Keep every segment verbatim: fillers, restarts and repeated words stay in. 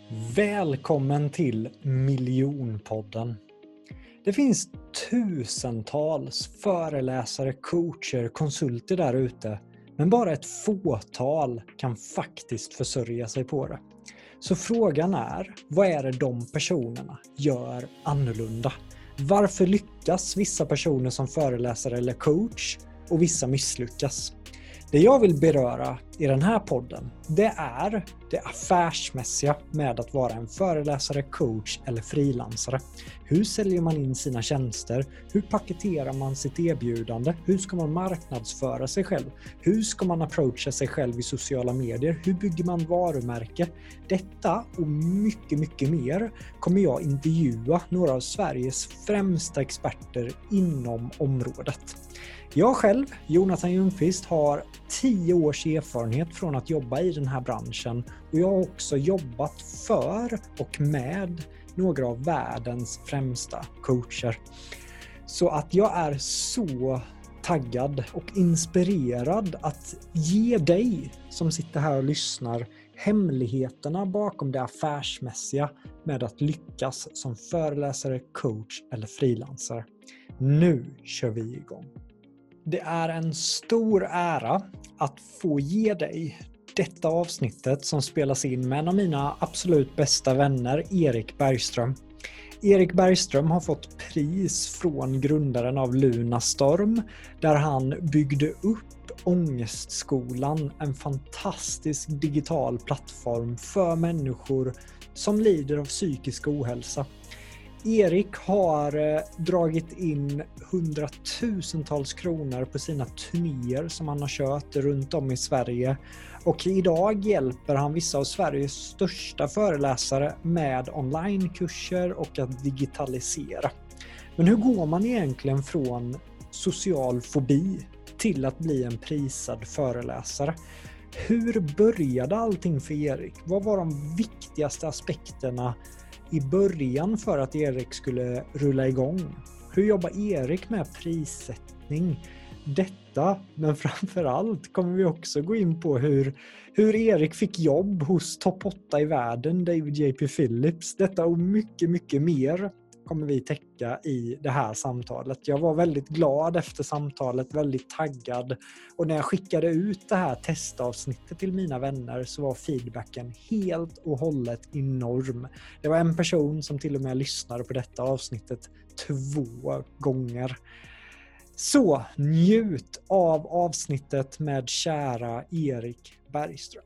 Välkommen till Miljonpodden. Det finns tusentals föreläsare, coacher, konsulter där ute, men bara ett fåtal kan faktiskt försörja sig på det. Så frågan är, vad är det de personerna gör annorlunda? Varför lyckas vissa personer som föreläsare eller coach och vissa misslyckas? Det jag vill beröra i den här podden, det är det affärsmässiga med att vara en föreläsare, coach eller frilansare. Hur säljer man in sina tjänster? Hur paketerar man sitt erbjudande? Hur ska man marknadsföra sig själv? Hur ska man approacha sig själv i sociala medier? Hur bygger man varumärke? Detta och mycket, mycket mer kommer jag intervjua några av Sveriges främsta experter inom området. Jag själv, Jonathan Ljungqvist, har tio års erfarenhet från att jobba i den här branschen och jag har också jobbat för och med några av världens främsta coacher. Så att jag är så taggad och inspirerad att ge dig som sitter här och lyssnar hemligheterna bakom det affärsmässiga med att lyckas som föreläsare, coach eller frilansare. Nu kör vi igång. Det är en stor ära att få ge dig detta avsnittet som spelas in med en av mina absolut bästa vänner, Erik Bergström. Erik Bergström har fått pris från grundaren av Lunarstorm där han byggde upp Ångestskolan, en fantastisk digital plattform för människor som lider av psykisk ohälsa. Erik har dragit in hundratusentals kronor på sina turnéer som han har kört runt om i Sverige och idag hjälper han vissa av Sveriges största föreläsare med onlinekurser och att digitalisera. Men hur går man egentligen från social fobi till att bli en prisad föreläsare? Hur började allting för Erik? Vad var de viktigaste aspekterna i början för att Erik skulle rulla igång? Hur jobbar Erik med prissättning? Detta, men framförallt kommer vi också gå in på hur, hur Erik fick jobb hos topp åtta i världen, David J P Phillips. Detta och mycket, mycket mer kommer vi täcka i det här samtalet. Jag var väldigt glad efter samtalet, väldigt taggad. Och när jag skickade ut det här testavsnittet till mina vänner så var feedbacken helt och hållet enorm. Det var en person som till och med lyssnade på detta avsnittet två gånger. Så njut av avsnittet med kära Erik Bergström.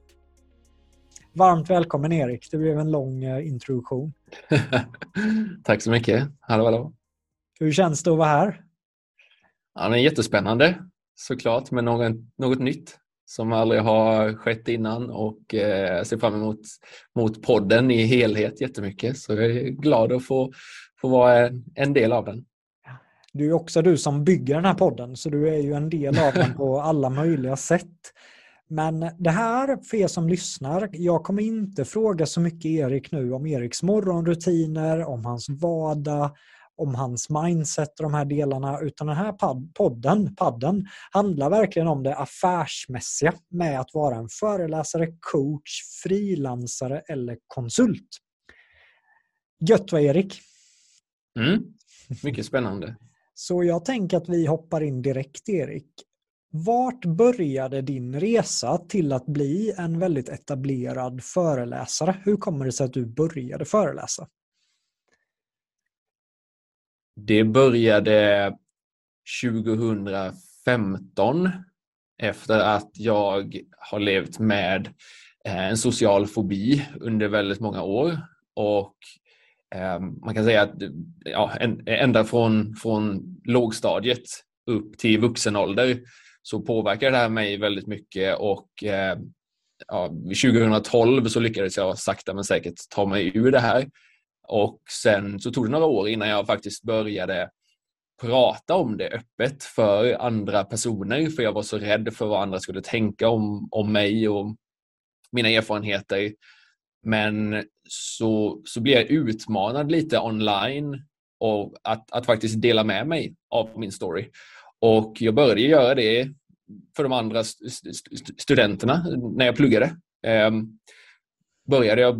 Varmt välkommen Erik, det blev en lång introduktion. Tack så mycket. Hallå, hallå. Hur känns det att vara här? Ja, det är jättespännande såklart med något, något nytt som aldrig har skett innan och eh, ser fram emot mot podden i helhet jättemycket. Så jag är glad att få, få vara en del av den. Du är också du som bygger den här podden så du är ju en del av den på alla möjliga sätt. Men det här, för er som lyssnar, jag kommer inte fråga så mycket Erik nu om Eriks morgonrutiner, om hans vardag, om hans mindset och de här delarna, utan den här podden, podden handlar verkligen om det affärsmässiga med att vara en föreläsare, coach, frilansare eller konsult. Gött va Erik? Mm, mycket spännande. Så jag tänker att vi hoppar in direkt Erik. Vart började din resa till att bli en väldigt etablerad föreläsare? Hur kommer det sig att du började föreläsa? Det började tjugohundrafemton efter att jag har levt med en social fobi under väldigt många år. Och eh, man kan säga att ja, ända från, från lågstadiet upp till vuxenålder så påverkar det här mig väldigt mycket och eh, ja, tjugohundratolv så lyckades jag sakta men säkert ta mig ur det här och sen så tog det några år innan jag faktiskt började prata om det öppet för andra personer för jag var så rädd för vad andra skulle tänka om, om mig och mina erfarenheter. Men så, så blev jag utmanad lite online och att, att faktiskt dela med mig av min story. Och jag började göra det för de andra st- st- studenterna när jag pluggade. Eh, började jag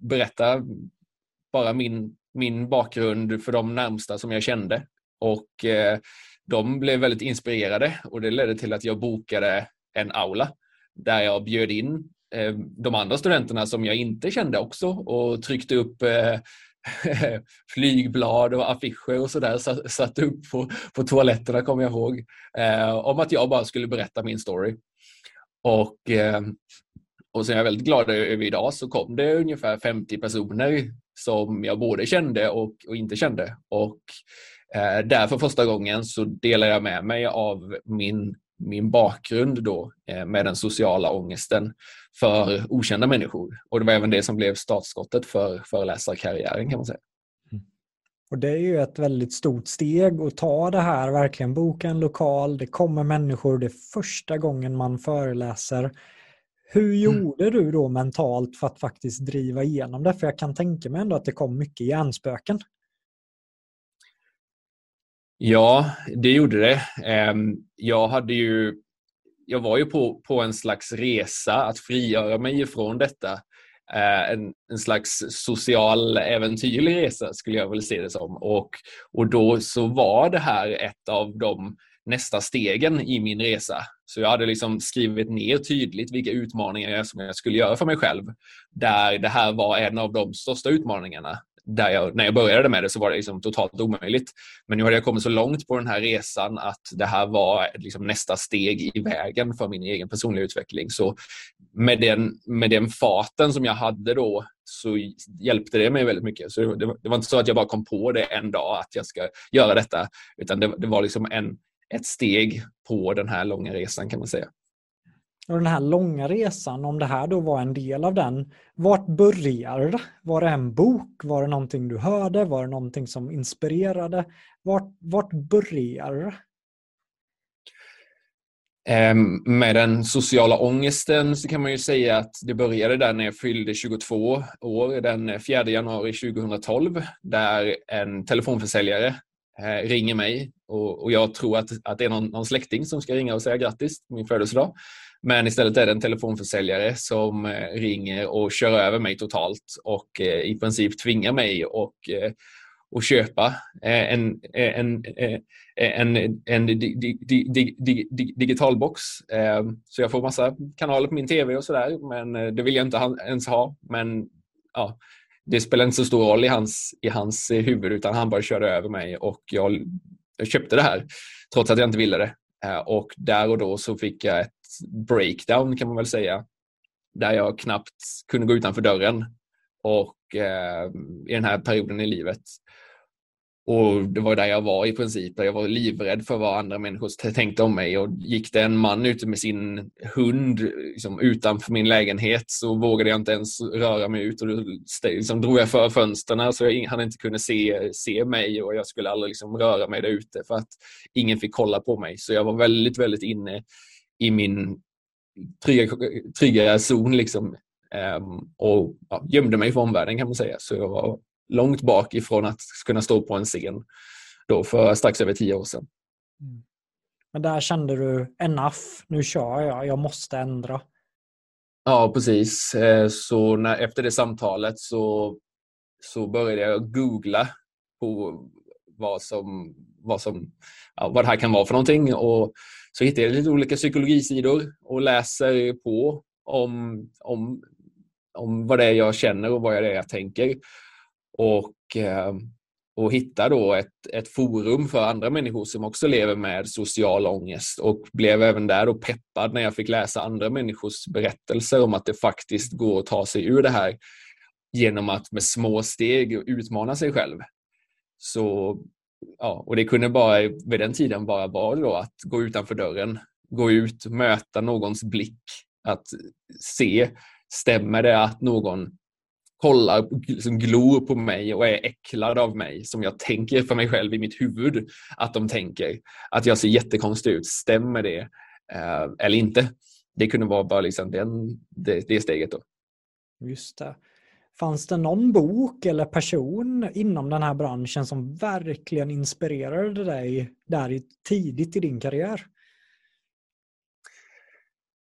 berätta bara min, min bakgrund för de närmsta som jag kände. Och eh, de blev väldigt inspirerade och det ledde till att jag bokade en aula där jag bjöd in eh, de andra studenterna som jag inte kände också och tryckte upp eh, flygblad och affischer och sådär, satt, satt upp på, på toaletterna kommer jag ihåg, eh, om att jag bara skulle berätta min story. Och, eh, och sen är jag väldigt glad över idag så kom det ungefär femtio personer som jag både kände och, och inte kände. Och eh, där för första gången så delar jag med mig av min, min bakgrund då eh, med den sociala ångesten för okända människor. Och det var även det som blev startskottet för föreläsarkarriären kan man säga. Och det är ju ett väldigt stort steg att ta det här, verkligen boka en lokal, det kommer människor, det är första gången man föreläser. Hur gjorde mm. du då mentalt för att faktiskt driva igenom det? För jag kan tänka mig ändå att det kom mycket hjärnspöken. Ja, det gjorde det. Jag hade ju, jag var ju på, på en slags resa att frigöra mig ifrån detta. En, en slags social äventyrlig resa skulle jag väl se det som. Och, och då så var det här ett av de nästa stegen i min resa. Så jag hade liksom skrivit ner tydligt vilka utmaningar som jag skulle göra för mig själv. Där det här var en av de största utmaningarna. Där jag, när jag började med det så var det liksom totalt omöjligt. Men nu hade jag kommit så långt på den här resan att det här var liksom nästa steg i vägen för min egen personliga utveckling. Så med den, med den farten som jag hade då så hjälpte det mig väldigt mycket. Så det var, det var inte så att jag bara kom på det en dag att jag ska göra detta. Utan det, det var liksom en, ett steg på den här långa resan kan man säga. Och den här långa resan, om det här då var en del av den, vart började det? Var det en bok? Var det någonting du hörde? Var det någonting som inspirerade? Vart, vart började det? Um, med den sociala ångesten så kan man ju säga att det började där när jag fyllde tjugotvå år, den fjärde januari tjugohundratolv, där en telefonförsäljare eh, ringer mig och, och jag tror att, att det är någon, någon släkting som ska ringa och säga grattis på min födelsedag. Men istället är det en telefonförsäljare som ringer och kör över mig totalt och eh, i princip tvingar mig och, eh, och köpa en, en, en, en, en di, di, di, di, di, di, digitalbox. Eh, så jag får massa kanaler på min tv och sådär, men det vill jag inte ens ha. Men ja, det spelar inte så stor roll i hans, i hans huvud, utan han bara körde över mig och jag, jag köpte det här trots att jag inte ville det. Eh, och där och då så fick jag ett breakdown kan man väl säga, där jag knappt kunde gå utanför dörren och eh, i den här perioden i livet. Och det var där jag var i princip, där jag var livrädd för vad andra människor tänkte om mig. Och gick det en man ute med sin hund liksom, utanför min lägenhet, så vågade jag inte ens röra mig ut och då liksom, drog jag för fönsterna så jag, han inte kunde se, se mig och jag skulle aldrig liksom, röra mig där ute för att ingen fick kolla på mig. Så jag var väldigt, väldigt inne i min trygga, trygga zon liksom, um, och ja, gömde mig för omvärlden kan man säga. Så jag var långt bak ifrån att kunna stå på en scen då för strax över tio år sedan. Mm. Men där kände du enough, nu kör jag, jag måste ändra. Ja, precis. Så när, efter det samtalet så, så började jag googla på vad som, vad som ja, vad det här kan vara för någonting, och så hittade jag lite olika psykologisidor och läser på om, om, om vad det är jag känner och vad det är jag tänker. Och, och hitta då ett, ett forum för andra människor som också lever med social ångest, och blev även där då peppad när jag fick läsa andra människors berättelser om att det faktiskt går att ta sig ur det här genom att med små steg utmana sig själv. Så, ja, och det kunde bara vid den tiden bara vara då att gå utanför dörren, gå ut, möta någons blick, att se, stämmer det att någon kollar, liksom glor på mig och är äcklad av mig som jag tänker för mig själv i mitt huvud att de tänker. Att jag ser jättekonstig ut. Stämmer det eh, eller inte? Det kunde vara bara liksom den, det, det steget då. Just det. Fanns det någon bok eller person inom den här branschen som verkligen inspirerade dig där tidigt i din karriär?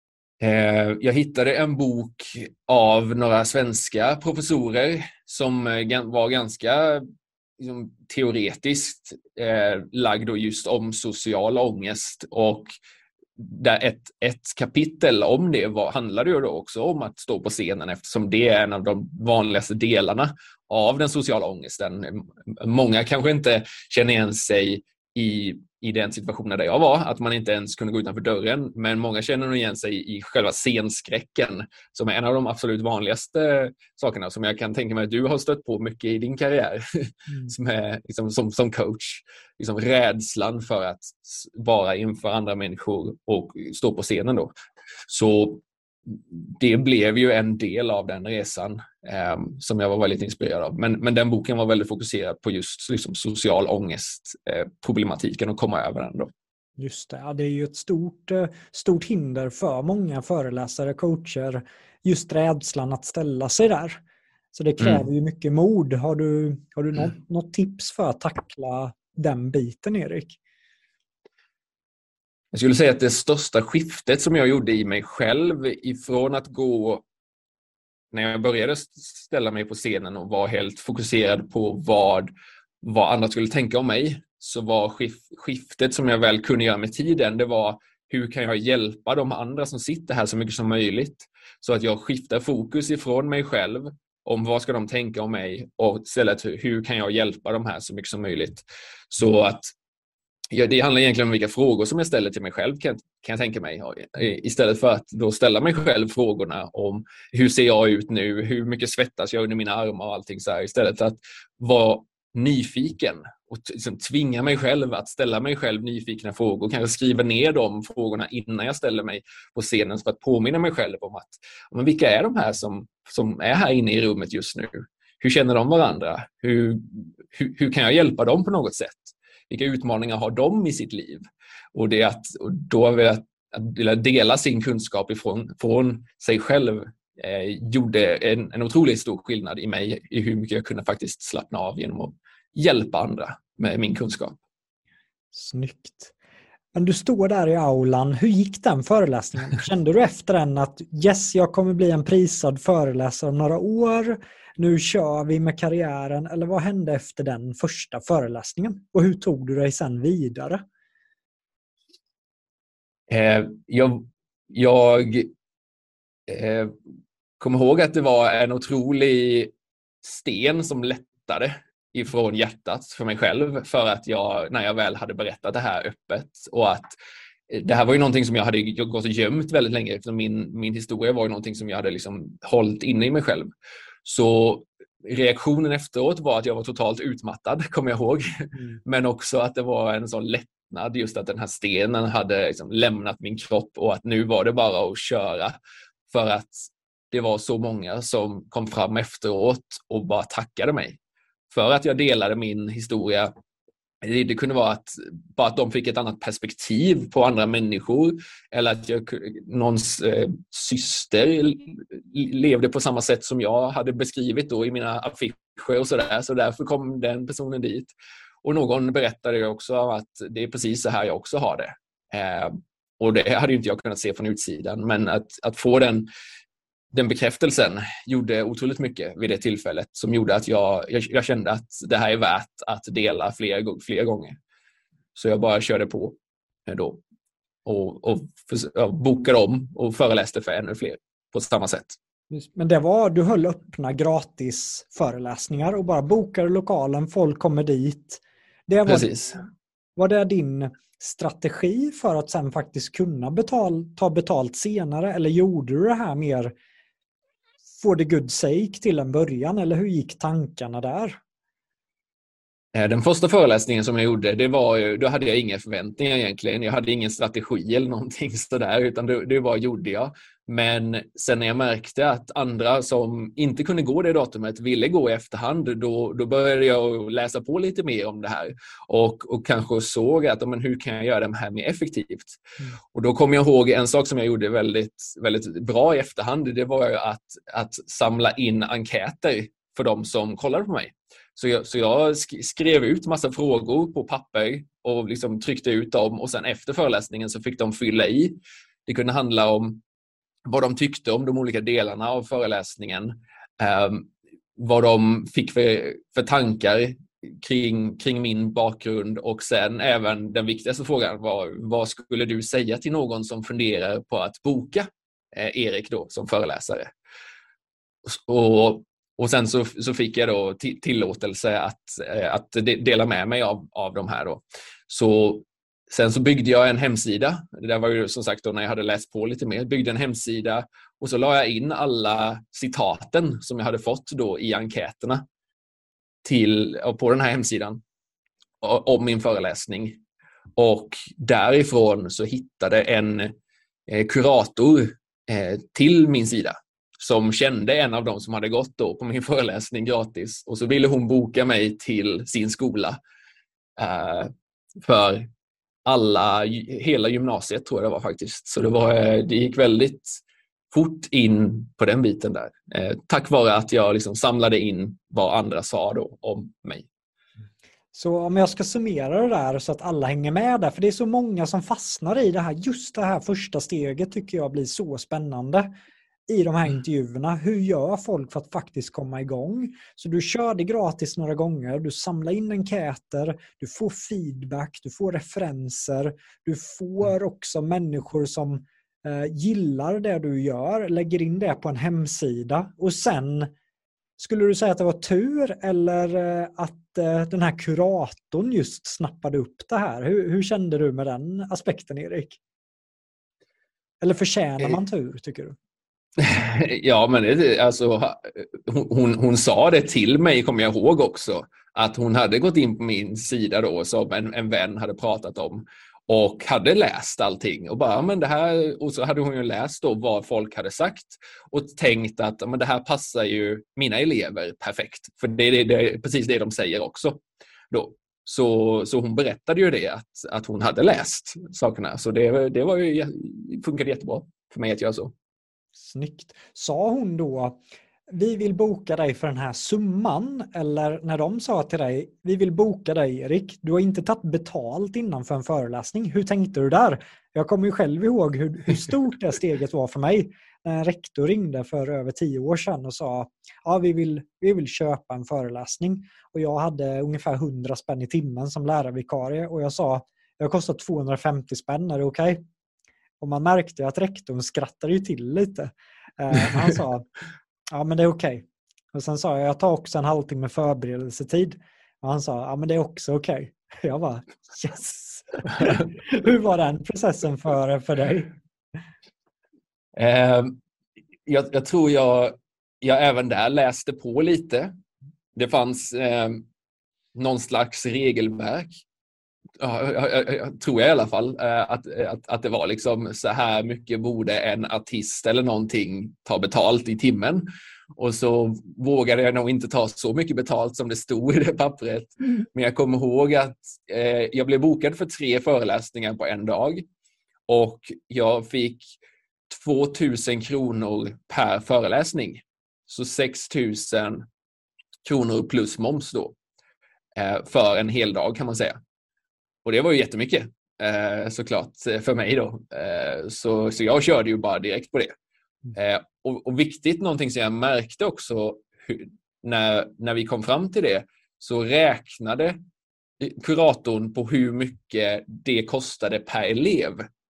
Eh, jag hittade en bok av några svenska professorer som eh, var ganska liksom, teoretiskt eh, lagd och just om social ångest, och där ett, ett kapitel om det var, handlade ju då också om att stå på scenen, eftersom det är en av de vanligaste delarna av den sociala ångesten. Många kanske inte känner igen sig i, i den situationen där jag var, att man inte ens kunde gå utanför dörren, men många känner nog igen sig i själva scenskräcken, som är en av de absolut vanligaste sakerna som jag kan tänka mig att du har stött på mycket i din karriär mm. som, är, liksom, som, som coach. Liksom rädslan för att vara inför andra människor och stå på scenen då. Så det blev ju en del av den resan eh, som jag var väldigt inspirerad av. Men, men den boken var väldigt fokuserad på just liksom, social ångest, eh, problematiken, och komma över den då. Just det, ja, det är ju ett stort, stort hinder för många föreläsare, coacher, just rädslan att ställa sig där. Så det kräver mm. ju mycket mod. Har du, har du något, mm. något tips för att tackla den biten, Erik? Jag skulle säga att det största skiftet som jag gjorde i mig själv, ifrån att gå, när jag började ställa mig på scenen och var helt fokuserad på vad, vad andra skulle tänka om mig, så var skiftet som jag väl kunde göra med tiden, det var hur kan jag hjälpa de andra som sitter här så mycket som möjligt. Så att jag skiftar fokus ifrån mig själv, om vad ska de tänka om mig, och istället hur kan jag hjälpa de här så mycket som möjligt. Så att ja, det handlar egentligen om vilka frågor som jag ställer till mig själv, kan, kan jag tänka mig. Istället för att då ställa mig själv frågorna om hur ser jag ut nu, hur mycket svettas jag under mina armar och allting så här. Istället för att vara nyfiken och liksom tvinga mig själv att ställa mig själv nyfikna frågor. Kanske skriva ner de frågorna innan jag ställer mig på scenen, för att påminna mig själv om att men vilka är de här som, som är här inne i rummet just nu? Hur känner de varandra? Hur, hur, hur kan jag hjälpa dem på något sätt? Vilka utmaningar har de i sitt liv? Och, det att, och då vill jag att dela sin kunskap ifrån, från sig själv eh, gjorde en, en otroligt stor skillnad i mig, i hur mycket jag kunde faktiskt slappna av genom att hjälpa andra med min kunskap. Snyggt. Men du står där i aulan. Hur gick den föreläsningen? Kände du efter den att yes, jag kommer bli en prisad föreläsare om några år? Nu kör vi med karriären. Eller vad hände efter den första föreläsningen? Och hur tog du dig sen vidare? Eh, jag jag eh, kommer ihåg att det var en otrolig sten som lättade ifrån hjärtat för mig själv, för att jag, när jag väl hade berättat det här öppet, och att det här var ju någonting som jag hade gått och gömt väldigt länge, eftersom min, min historia var ju någonting som jag hade liksom hållit inne i mig själv. Så reaktionen efteråt var att jag var totalt utmattad, kommer jag ihåg. Mm. Men också att det var en sån lättnad, just att den här stenen hade liksom lämnat min kropp, och att nu var det bara att köra, för att det var så många som kom fram efteråt och bara tackade mig för att jag delade min historia. Det kunde vara att bara att de fick ett annat perspektiv på andra människor, eller att jag, någons eh, syster levde på samma sätt som jag hade beskrivit då i mina affischer och sådär. Så därför kom den personen dit. Och någon berättade också att det är precis så här jag också har det. Eh, och det hade ju inte jag kunnat se från utsidan, men att, att få den Den bekräftelsen gjorde otroligt mycket vid det tillfället, som gjorde att jag, jag, jag kände att det här är värt att dela fler, fler gånger. Så jag bara körde på då och, och för, bokade om och föreläste för ännu fler på samma sätt. Men det var, du höll öppna gratis föreläsningar och bara bokade lokalen, folk kommer dit. Det var, Precis. Var det din strategi för att sen faktiskt kunna betal, ta betalt senare, eller gjorde du det här mer for the good sake till en början, eller hur gick tankarna där? Den första föreläsningen som jag gjorde, det var, då hade jag inga förväntningar egentligen. Jag hade ingen strategi eller någonting sådär, utan det, det var gjorde jag. Men sen när jag märkte att andra som inte kunde gå det datumet ville gå i efterhand, då, då började jag läsa på lite mer om det här. Och, och kanske såg att men hur kan jag göra det här mer effektivt? Mm. Och då kom jag ihåg en sak som jag gjorde väldigt, väldigt bra i efterhand. Det var ju att, att samla in enkäter för de som kollade på mig. Så jag, så jag skrev ut massa frågor på papper och liksom tryckte ut dem, och sen efter föreläsningen så fick de fylla i. Det kunde handla om vad de tyckte om de olika delarna av föreläsningen, eh, vad de fick för, för tankar kring, kring min bakgrund, och sen även den viktigaste frågan var, vad skulle du säga till någon som funderar på att boka eh, Erik då som föreläsare? Och, och sen så, så fick jag då t- tillåtelse att, eh, att de, dela med mig av, av de här då. Så sen så byggde jag en hemsida. Det där var ju som sagt då när jag hade läst på lite mer. Byggde en hemsida och så la jag in alla citaten som jag hade fått då i enkäterna till, på den här hemsidan om min föreläsning. Och därifrån så hittade en eh, kurator eh, till min sida som kände en av dem som hade gått då på min föreläsning gratis. Och så ville hon boka mig till sin skola eh, för alla, hela gymnasiet tror jag det var faktiskt. Så det, var, det gick väldigt fort in på den biten där. Eh, tack vare att jag liksom samlade in vad andra sa då om mig. Så om jag ska summera det där så att alla hänger med där, för det är så många som fastnar i det här. Just det här första steget tycker jag blir så spännande i de här intervjuerna. Hur gör folk för att faktiskt komma igång? Så du kör det gratis några gånger, du samlar in enkäter, du får feedback, du får referenser, du får också människor som eh, gillar det du gör, lägger in det på en hemsida, och sen skulle du säga att det var tur eller eh, att eh, den här kuratorn just snappade upp det här? Hur, hur kände du med den aspekten, Erik? Eller förtjänar man tur, tycker du? Ja, men det, alltså, hon, hon sa det till mig, kommer jag ihåg också, att hon hade gått in på min sida då som en, en vän hade pratat om och hade läst allting och bara, men det här, och så hade hon ju läst då vad folk hade sagt och tänkt att men det här passar ju mina elever perfekt, för det är, det, det är precis det de säger också då. Så, så hon berättade ju det, att, att hon hade läst sakerna, så det, det var ju, funkade jättebra för mig att göra så. Snyggt. Sa hon då, vi vill boka dig för den här summan, eller när de sa till dig, vi vill boka dig Erik, du har inte tagit betalt innan för en föreläsning. Hur tänkte du där? Jag kommer ju själv ihåg hur, hur stort det steget var för mig. När en rektor ringde för över tio år sedan och sa, ja vi vill, vi vill köpa en föreläsning. Och jag hade ungefär hundra spänn i timmen som lärarvikarie och jag sa, jag kostar tvåhundrafemtio spänn, är det okej? Okay? Och man märkte att rektorn skrattade ju till lite. Eh, han sa, ja men det är okej. Okay. Och sen sa jag, jag tar också en halvtimme förberedelsetid. Och han sa, ja men det är också okej. Okay. Jag bara, yes. Hur var den processen för, för dig? Eh, jag, jag tror jag, jag även där läste på lite. Det fanns eh, någon slags regelverk. Ja, jag, jag, jag tror jag i alla fall att, att, att det var liksom så här mycket borde en artist eller någonting ta betalt i timmen, och så vågade jag nog inte ta så mycket betalt som det stod i det pappret. Mm. Men jag kommer ihåg att eh, jag blev bokad för tre föreläsningar på en dag och jag fick tvåtusen kronor per föreläsning, så sex tusen kronor plus moms då eh, för en hel dag kan man säga. Och det var ju jättemycket eh, såklart för mig då. Eh, så, så jag körde ju bara direkt på det. Eh, och, och viktigt, någonting som jag märkte också hur, när, när vi kom fram till det, så räknade kuratorn på hur mycket det kostade per elev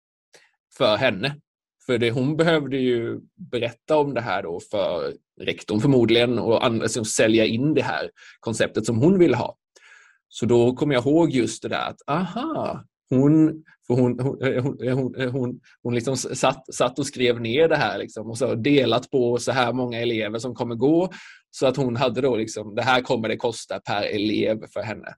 för henne. För det, hon behövde ju berätta om det här då för rektorn förmodligen och andra som sälja in det här konceptet som hon ville ha. Så då kommer jag ihåg just det där att aha, hon, för hon, hon, hon, hon, hon liksom satt, satt och skrev ner det här liksom, och så delat på så här många elever som kommer gå, så att hon hade då liksom, det här kommer det kosta per elev för henne.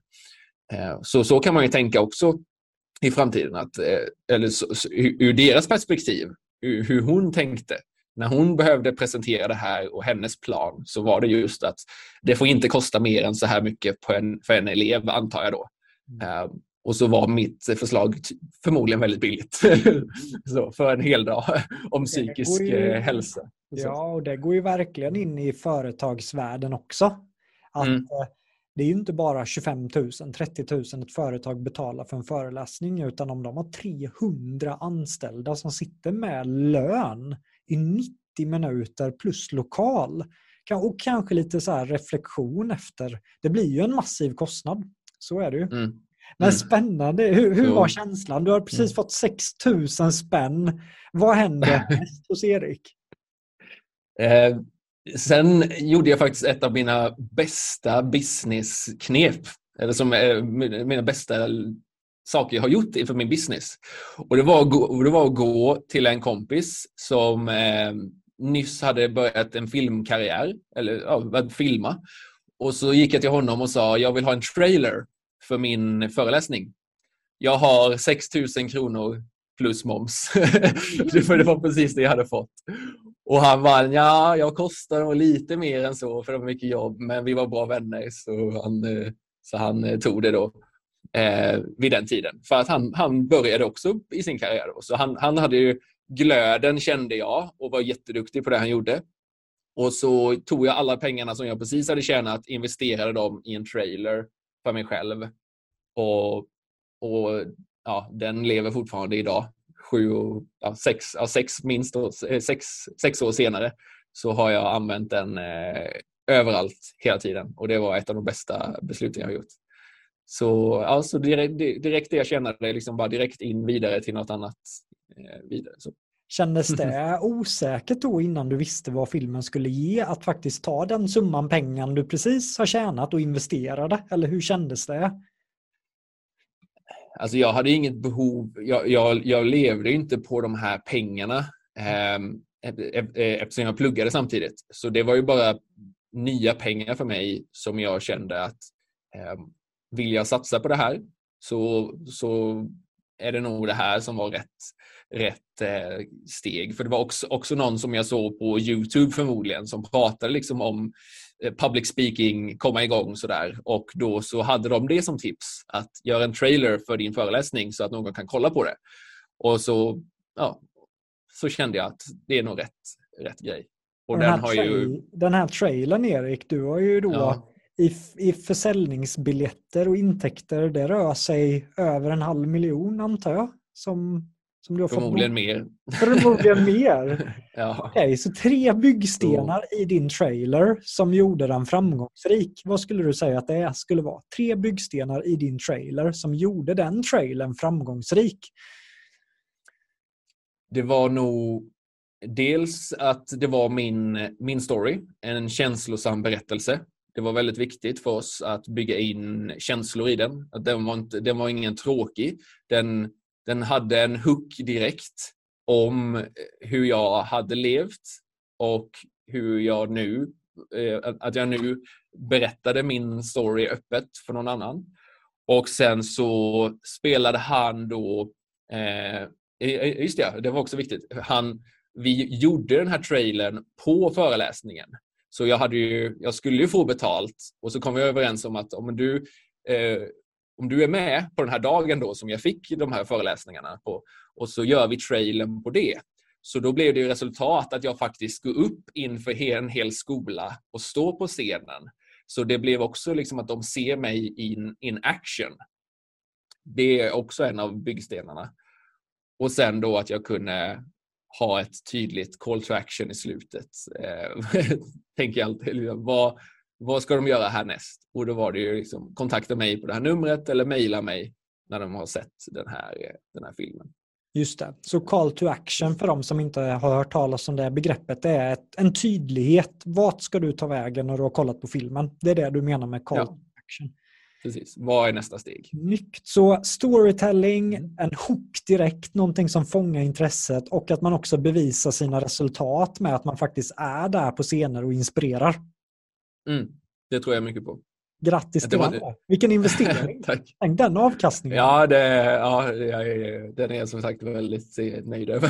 Så, så kan man ju tänka också i framtiden, att, eller så, så, ur deras perspektiv, ur, hur hon tänkte. När hon behövde presentera det här och hennes plan, så var det just att det får inte kosta mer än så här mycket på en, för en elev, antar jag då. Mm. Uh, och så var mitt förslag förmodligen väldigt billigt så, för en hel dag om psykisk ju, hälsa. Ja, och det går ju verkligen in i företagsvärlden också. Att mm. det är ju inte bara tjugofem tusen, trettio tusen ett företag betalar för en föreläsning, utan om de har trehundra anställda som sitter med lön i nittio minuter plus lokal. Och kanske lite så här reflektion efter. Det blir ju en massiv kostnad. Så är det ju. Mm. Men Mm. spännande. Hur, hur Så. var känslan? Du har precis Mm. fått sex tusen spänn. Vad hände mest hos Erik? Eh, sen gjorde jag faktiskt ett av mina bästa businessknep. Eller som är mina bästa saker jag har gjort inför min business. Och det var att gå, det var att gå till en kompis som eh, nyss hade börjat en filmkarriär. Eller ja, filma. Och så gick jag till honom och sa, jag vill ha en trailer för min föreläsning. Jag har sex tusen kronor plus moms. För det var precis det jag hade fått. Och han var, ja, jag kostar nog lite mer än så för det var mycket jobb. Men vi var bra vänner så han, så han tog det då eh, vid den tiden. För att han, han började också i sin karriär då. Så han, han hade ju glöden, kände jag, och var jätteduktig på det han gjorde. Och så tog jag alla pengarna som jag precis hade tjänat, investerade dem i en trailer för mig själv. Och, och ja, den lever fortfarande idag. Sju, ja, sex, ja, sex, minst då, sex, sex år senare så har jag använt den eh, överallt hela tiden. Och det var ett av de bästa besluten jag har gjort. Så alltså, direkt, direkt det jag tjänade liksom bara direkt in vidare till något annat eh, vidare. Så. Kändes det osäkert då innan du visste vad filmen skulle ge att faktiskt ta den summan pengar du precis har tjänat och investerade? Eller hur kändes det? Alltså jag hade inget behov, jag, jag, jag levde inte på de här pengarna eh, eftersom jag pluggade samtidigt. Så det var ju bara nya pengar för mig som jag kände att eh, vill jag satsa på det här så, så är det nog det här som var rätt, rätt eh, steg. För det var också, också någon som jag såg på YouTube förmodligen som pratade liksom om eh, public speaking, komma igång sådär. Och då så hade de det som tips att göra en trailer för din föreläsning så att någon kan kolla på det. Och så, ja, så kände jag att det är nog rätt, rätt grej. Och, och den, den har ju... Den här trailern, Erik, du har ju då... Ja. I, I försäljningsbiljetter och intäkter, det rör sig över en halv miljon antar jag. Som, som du har Förmodligen fått mer. Förmodligen mer. Ja. Okej, så tre byggstenar så. I din trailer som gjorde den framgångsrik. Vad skulle du säga att det skulle vara? Tre byggstenar i din trailer som gjorde den trailern framgångsrik. Det var nog dels att det var min, min story, en känslosam berättelse. Det var väldigt viktigt för oss att bygga in känslor i den. Att den, var inte, den var ingen tråkig. Den, den hade en hook direkt om hur jag hade levt och hur jag nu, eh, att jag nu berättade min story öppet för någon annan. Och sen så spelade han då, eh, just det, det var också viktigt. Han, vi gjorde den här trailern på föreläsningen. Så jag, hade ju, jag skulle ju få betalt och så kom vi överens om att om du, eh, om du är med på den här dagen då som jag fick de här föreläsningarna på och så gör vi trailern på det. Så då blev det ju resultat att jag faktiskt går upp inför en hel skola och står på scenen. Så det blev också liksom att de ser mig in, in action. Det är också en av byggstenarna. Och sen då att jag kunde ha ett tydligt call to action i slutet. Eh, tänker jag alltid, vad, vad ska de göra härnäst? Och då var det ju liksom, kontakta mig på det här numret eller mejla mig när de har sett den här, den här filmen. Just det. Så call to action för de som inte har hört talas om det här begreppet, det är ett, en tydlighet. Vart ska du ta vägen när du har kollat på filmen? Det är det du menar med call ja. to action. Precis. Vad är nästa steg? Nyckt. Så storytelling, en hook direkt, någonting som fångar intresset och att man också bevisar sina resultat med att man faktiskt är där på scener och inspirerar. Mm, det tror jag mycket på. Grattis till den. Vilken investering. Tack. Den avkastningen. Ja, det, ja jag, den är jag som sagt väldigt nöjd över.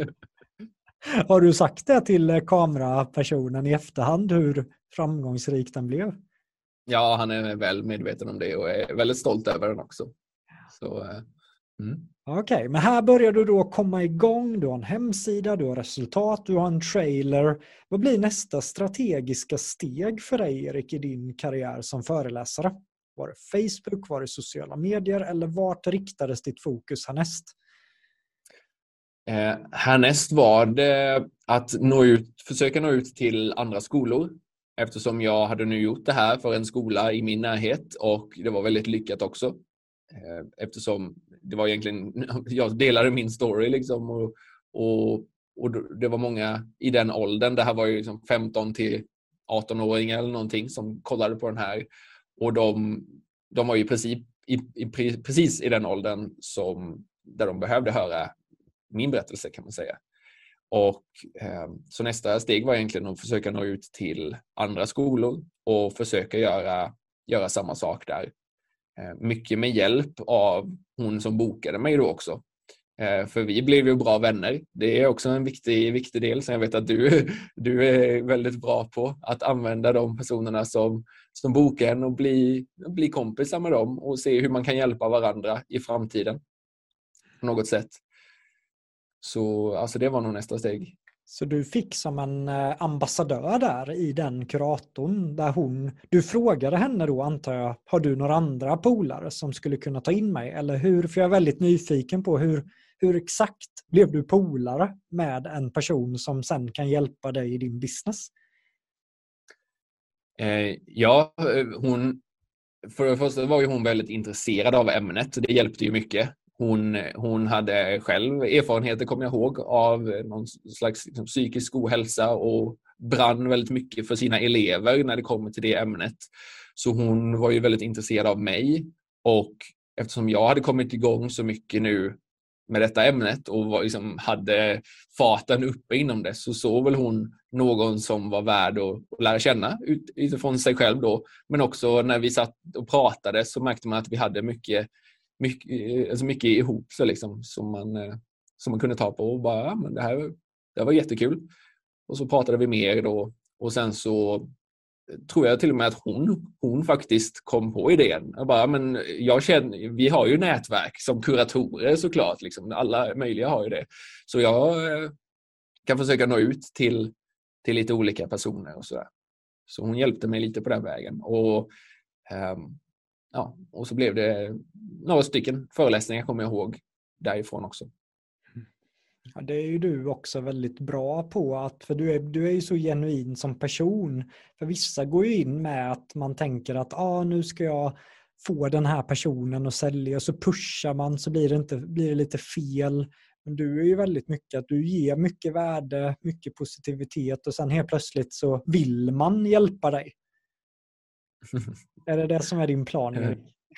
Har du sagt det till kamerapersonen i efterhand hur framgångsrik den blev? Ja, han är väl medveten om det och är väldigt stolt över den också. Så, mm. Okej, okay, men här börjar du då komma igång. Du har en hemsida, du har resultat, du har en trailer. Vad blir nästa strategiska steg för dig, Erik, i din karriär som föreläsare? Var det Facebook, var det sociala medier eller vart riktades ditt fokus härnäst? Eh, härnäst var det att nå ut, försöka nå ut till andra skolor. Eftersom jag hade nu gjort det här för en skola i min närhet och det var väldigt lyckat också. Eh, eftersom det var egentligen, jag delade min story liksom och, och, och det var många i den åldern. Det här var ju liksom femton till arton-åringar eller någonting som kollade på den här. Och de, de var ju i princip i, i, precis i den åldern som, där de behövde höra min berättelse kan man säga. Och eh, så nästa steg var egentligen att försöka nå ut till andra skolor och försöka göra, göra samma sak där. Eh, mycket med hjälp av hon som bokade mig då också. Eh, för vi blev ju bra vänner. Det är också en viktig, viktig del som jag vet att du, du är väldigt bra på. Att använda de personerna som, som bokar en och bli, bli kompisar med dem och se hur man kan hjälpa varandra i framtiden på något sätt. Så alltså det var nog nästa steg. Så du fick som en ambassadör där i den kuratorn där hon, du frågade henne då antar jag, har du några andra polare som skulle kunna ta in mig? Eller hur, för jag är väldigt nyfiken på hur, hur exakt blev du polare med en person som sen kan hjälpa dig i din business? Eh, ja, hon, för det första var ju hon väldigt intresserad av ämnet, så det hjälpte ju mycket. Hon, hon hade själv erfarenheter, kommer jag ihåg, av någon slags liksom, psykisk ohälsa och brann väldigt mycket för sina elever när det kommer till det ämnet. Så hon var ju väldigt intresserad av mig och eftersom jag hade kommit igång så mycket nu med detta ämnet och var, liksom, hade farten uppe inom det så såg väl hon någon som var värd att, att lära känna ut, utifrån sig själv då. Men också när vi satt och pratade så märkte man att vi hade mycket Mycket, alltså mycket ihop så liksom, som, man, som man kunde ta på och bara, ja, men det här det var jättekul. Och så pratade vi mer då och sen så tror jag till och med att hon, hon faktiskt kom på idén. Jag bara, men jag känner, vi har ju nätverk som kuratorer såklart, liksom. Alla möjliga har ju det. Så jag kan försöka nå ut till, till lite olika personer och sådär. Så hon hjälpte mig lite på den vägen. Och um, Ja, och så blev det några stycken föreläsningar kommer jag ihåg därifrån också. Ja, det är ju du också väldigt bra på att, för du är, du är ju så genuin som person. För vissa går ju in med att man tänker att ah, nu ska jag få den här personen att sälja och så pushar man så blir det, inte, blir det lite fel. Men du är ju väldigt mycket att du ger mycket värde, mycket positivitet och sen helt plötsligt så vill man hjälpa dig. Är det det som är din plan, Erik?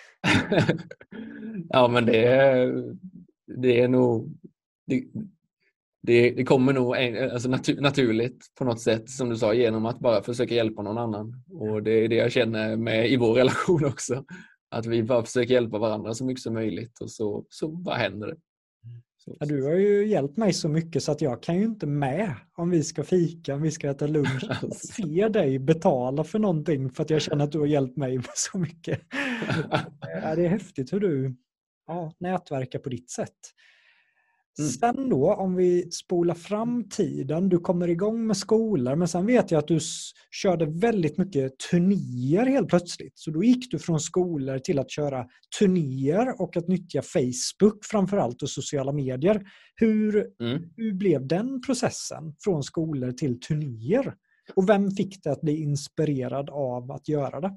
Ja, men det är, det är nog det, det, det kommer nog alltså natur, naturligt på något sätt som du sa genom att bara försöka hjälpa någon annan. Och det är det jag känner med i vår relation också. Att vi bara försöker hjälpa varandra så mycket som möjligt och så, så bara händer det. Så, ja, du har ju hjälpt mig så mycket så att jag kan ju inte med om vi ska fika, om vi ska äta lunch. Jag ser dig betala för någonting för att jag känner att du har hjälpt mig med så mycket. Ja, det är häftigt hur du ja, nätverkar på ditt sätt. Mm. Sen då, om vi spolar fram tiden, du kommer igång med skolor, men sen vet jag att du körde väldigt mycket turnéer helt plötsligt. Så då gick du från skolor till att köra turnéer och att nyttja Facebook framförallt och sociala medier. Hur, mm. hur blev den processen från skolor till turnéer? Och vem fick det att bli inspirerad av att göra det?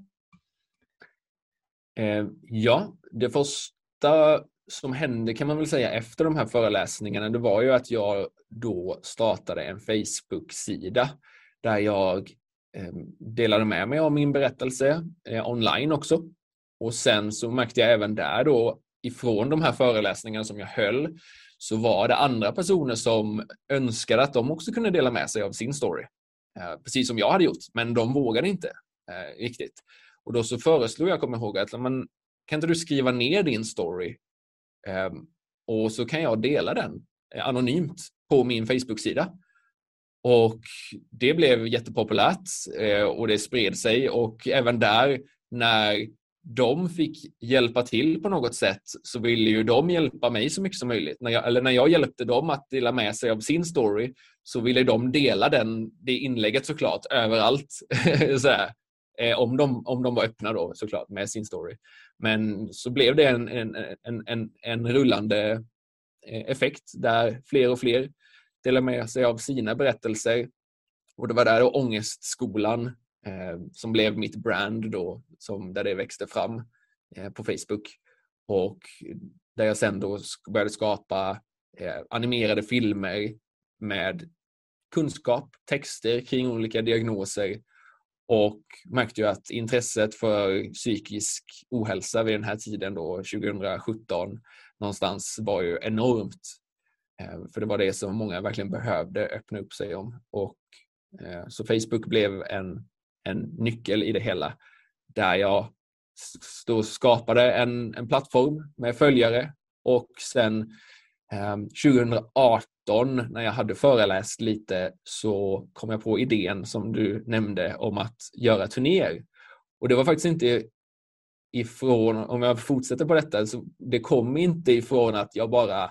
Eh, ja, det första som hände kan man väl säga efter de här föreläsningarna, det var ju att jag då startade en Facebook-sida där jag eh, delade med mig av min berättelse eh, online också. Och sen så märkte jag även där då ifrån de här föreläsningarna som jag höll så var det andra personer som önskade att de också kunde dela med sig av sin story. Eh, precis som jag hade gjort, men de vågade inte eh, riktigt. Och då så föreslog jag, kommer ihåg, att man, kan inte du skriva ner din story Um, och så kan jag dela den eh, anonymt på min Facebook-sida. Och det blev jättepopulärt eh, och det spred sig. Och även där, när de fick hjälpa till på något sätt så ville ju de hjälpa mig så mycket som möjligt. När jag, eller när jag hjälpte dem att dela med sig av sin story så ville de dela den, det inlägget såklart överallt. så här. Eh, om, de, om de var öppna då såklart med sin story. Men så blev det en, en, en, en, en rullande effekt där fler och fler delar med sig av sina berättelser. Och det var där då Ångestskolan eh, som blev mitt brand då, som, där det växte fram eh, på Facebook. Och där jag sen då började skapa eh, animerade filmer med kunskap, texter kring olika diagnoser. Och märkte ju att intresset för psykisk ohälsa vid den här tiden då, tjugosjutton någonstans, var ju enormt. Eh, för det var det som många verkligen behövde öppna upp sig om. Och eh, så Facebook blev en, en nyckel i det hela. Där jag då skapade en, en plattform med följare. Och sen eh, tjugoarton när jag hade föreläst lite så kom jag på idén som du nämnde om att göra turnéer. Och det var faktiskt inte ifrån, om jag fortsätter på detta, så det kom inte ifrån att jag bara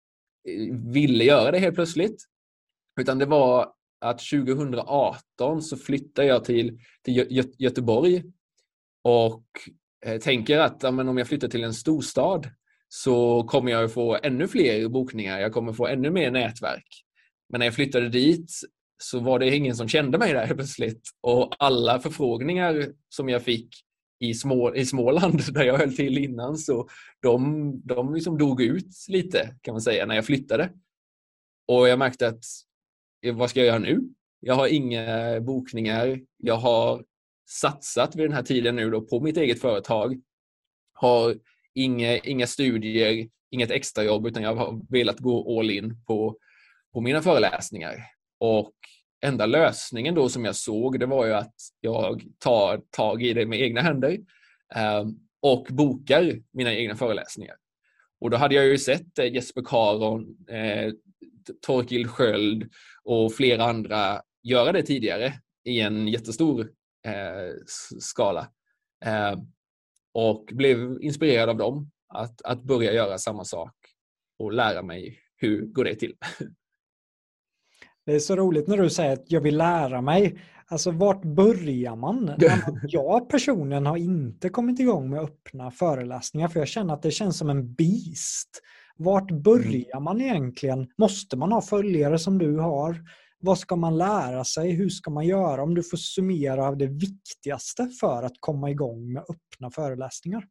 ville göra det helt plötsligt. Utan det var att tjugoarton så flyttade jag till, till Gö- Göteborg och eh, tänker att ja, men om jag flyttar till en storstad så kommer jag få ännu fler bokningar. Jag kommer få ännu mer nätverk. Men när jag flyttade dit så var det ingen som kände mig där plötsligt. Och alla förfrågningar som jag fick i, Små, i Småland där jag höll till innan, så de, de liksom dog ut lite kan man säga när jag flyttade. Och jag märkte att vad ska jag göra nu? Jag har inga bokningar. Jag har satsat vid den här tiden nu då på mitt eget företag. Har inga, inga studier, inget extrajobb, utan jag har velat gå all in på, på mina föreläsningar. Och enda lösningen då som jag såg, det var ju att jag tar tag i det med egna händer eh, och bokar mina egna föreläsningar. Och då hade jag ju sett eh, Jesper Caron, eh, Torkild Sköld och flera andra göra det tidigare i en jättestor eh, skala. Eh, och blev inspirerad av dem att, att börja göra samma sak och lära mig hur går det till. Det är så roligt när du säger att jag vill lära mig. Alltså vart börjar man? Jag personligen har inte kommit igång med öppna föreläsningar för jag känner att det känns som en beast. Vart börjar man egentligen? Måste man ha följare som du har? Vad ska man lära sig? Hur ska man göra? Om du får summera det viktigaste för att komma igång med öppna föreläsningar.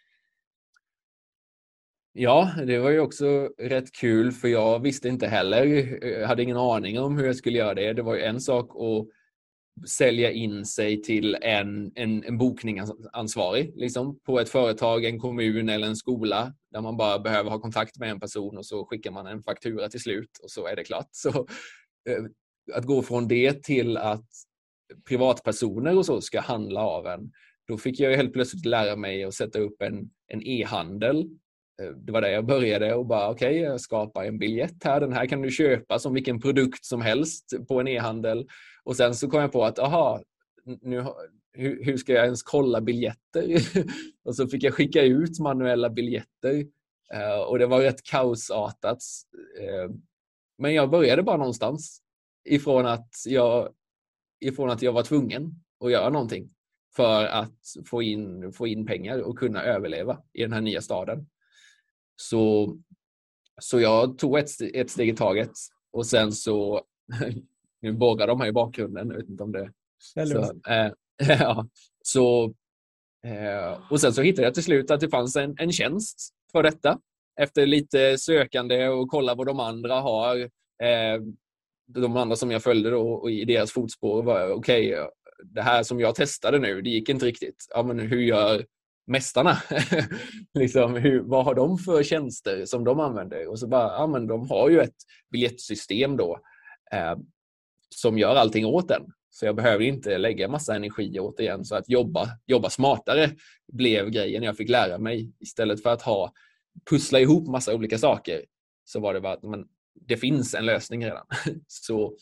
Ja, det var ju också rätt kul för jag visste inte heller, jag hade ingen aning om hur jag skulle göra det. Det var ju en sak att sälja in sig till en, en, en bokningsansvarig liksom, på ett företag, en kommun eller en skola där man bara behöver ha kontakt med en person och så skickar man en faktura till slut och så är det klart. Så att gå från det till att privatpersoner och så ska handla av en, då fick jag helt plötsligt lära mig att sätta upp en, en e-handel. Det var där jag började och bara okej, okay, jag skapar en biljett här. Den här kan du köpa som vilken produkt som helst på en e-handel. Och sen så kom jag på att aha, nu, hur, hur ska jag ens kolla biljetter? Och så fick jag skicka ut manuella biljetter. Uh, och det var rätt kaosartat. Uh, men jag började bara någonstans ifrån att jag, ifrån att jag var tvungen att göra någonting för att få in, få in pengar och kunna överleva i den här nya staden. Så, så jag tog ett, ett steg i taget och sen så nu borrar de här i bakgrunden, jag vet inte om det, det så, äh, ja, så äh, och sen så hittade jag till slut att det fanns en, en tjänst för detta efter lite sökande och kolla vad de andra har, äh, de andra som jag följde då och i deras fotspår var okej, okay, det här som jag testade nu, det gick inte riktigt. Ja, men hur gör mästarna? liksom, hur, vad har de för tjänster som de använder? Och så bara, ja men de har ju ett biljettsystem då eh, som gör allting åt den. Så jag behöver inte lägga massa energi återigen. Så att jobba, jobba smartare blev grejen jag fick lära mig. Istället för att ha pussla ihop massa olika saker så var det bara att men, det finns en lösning redan. så,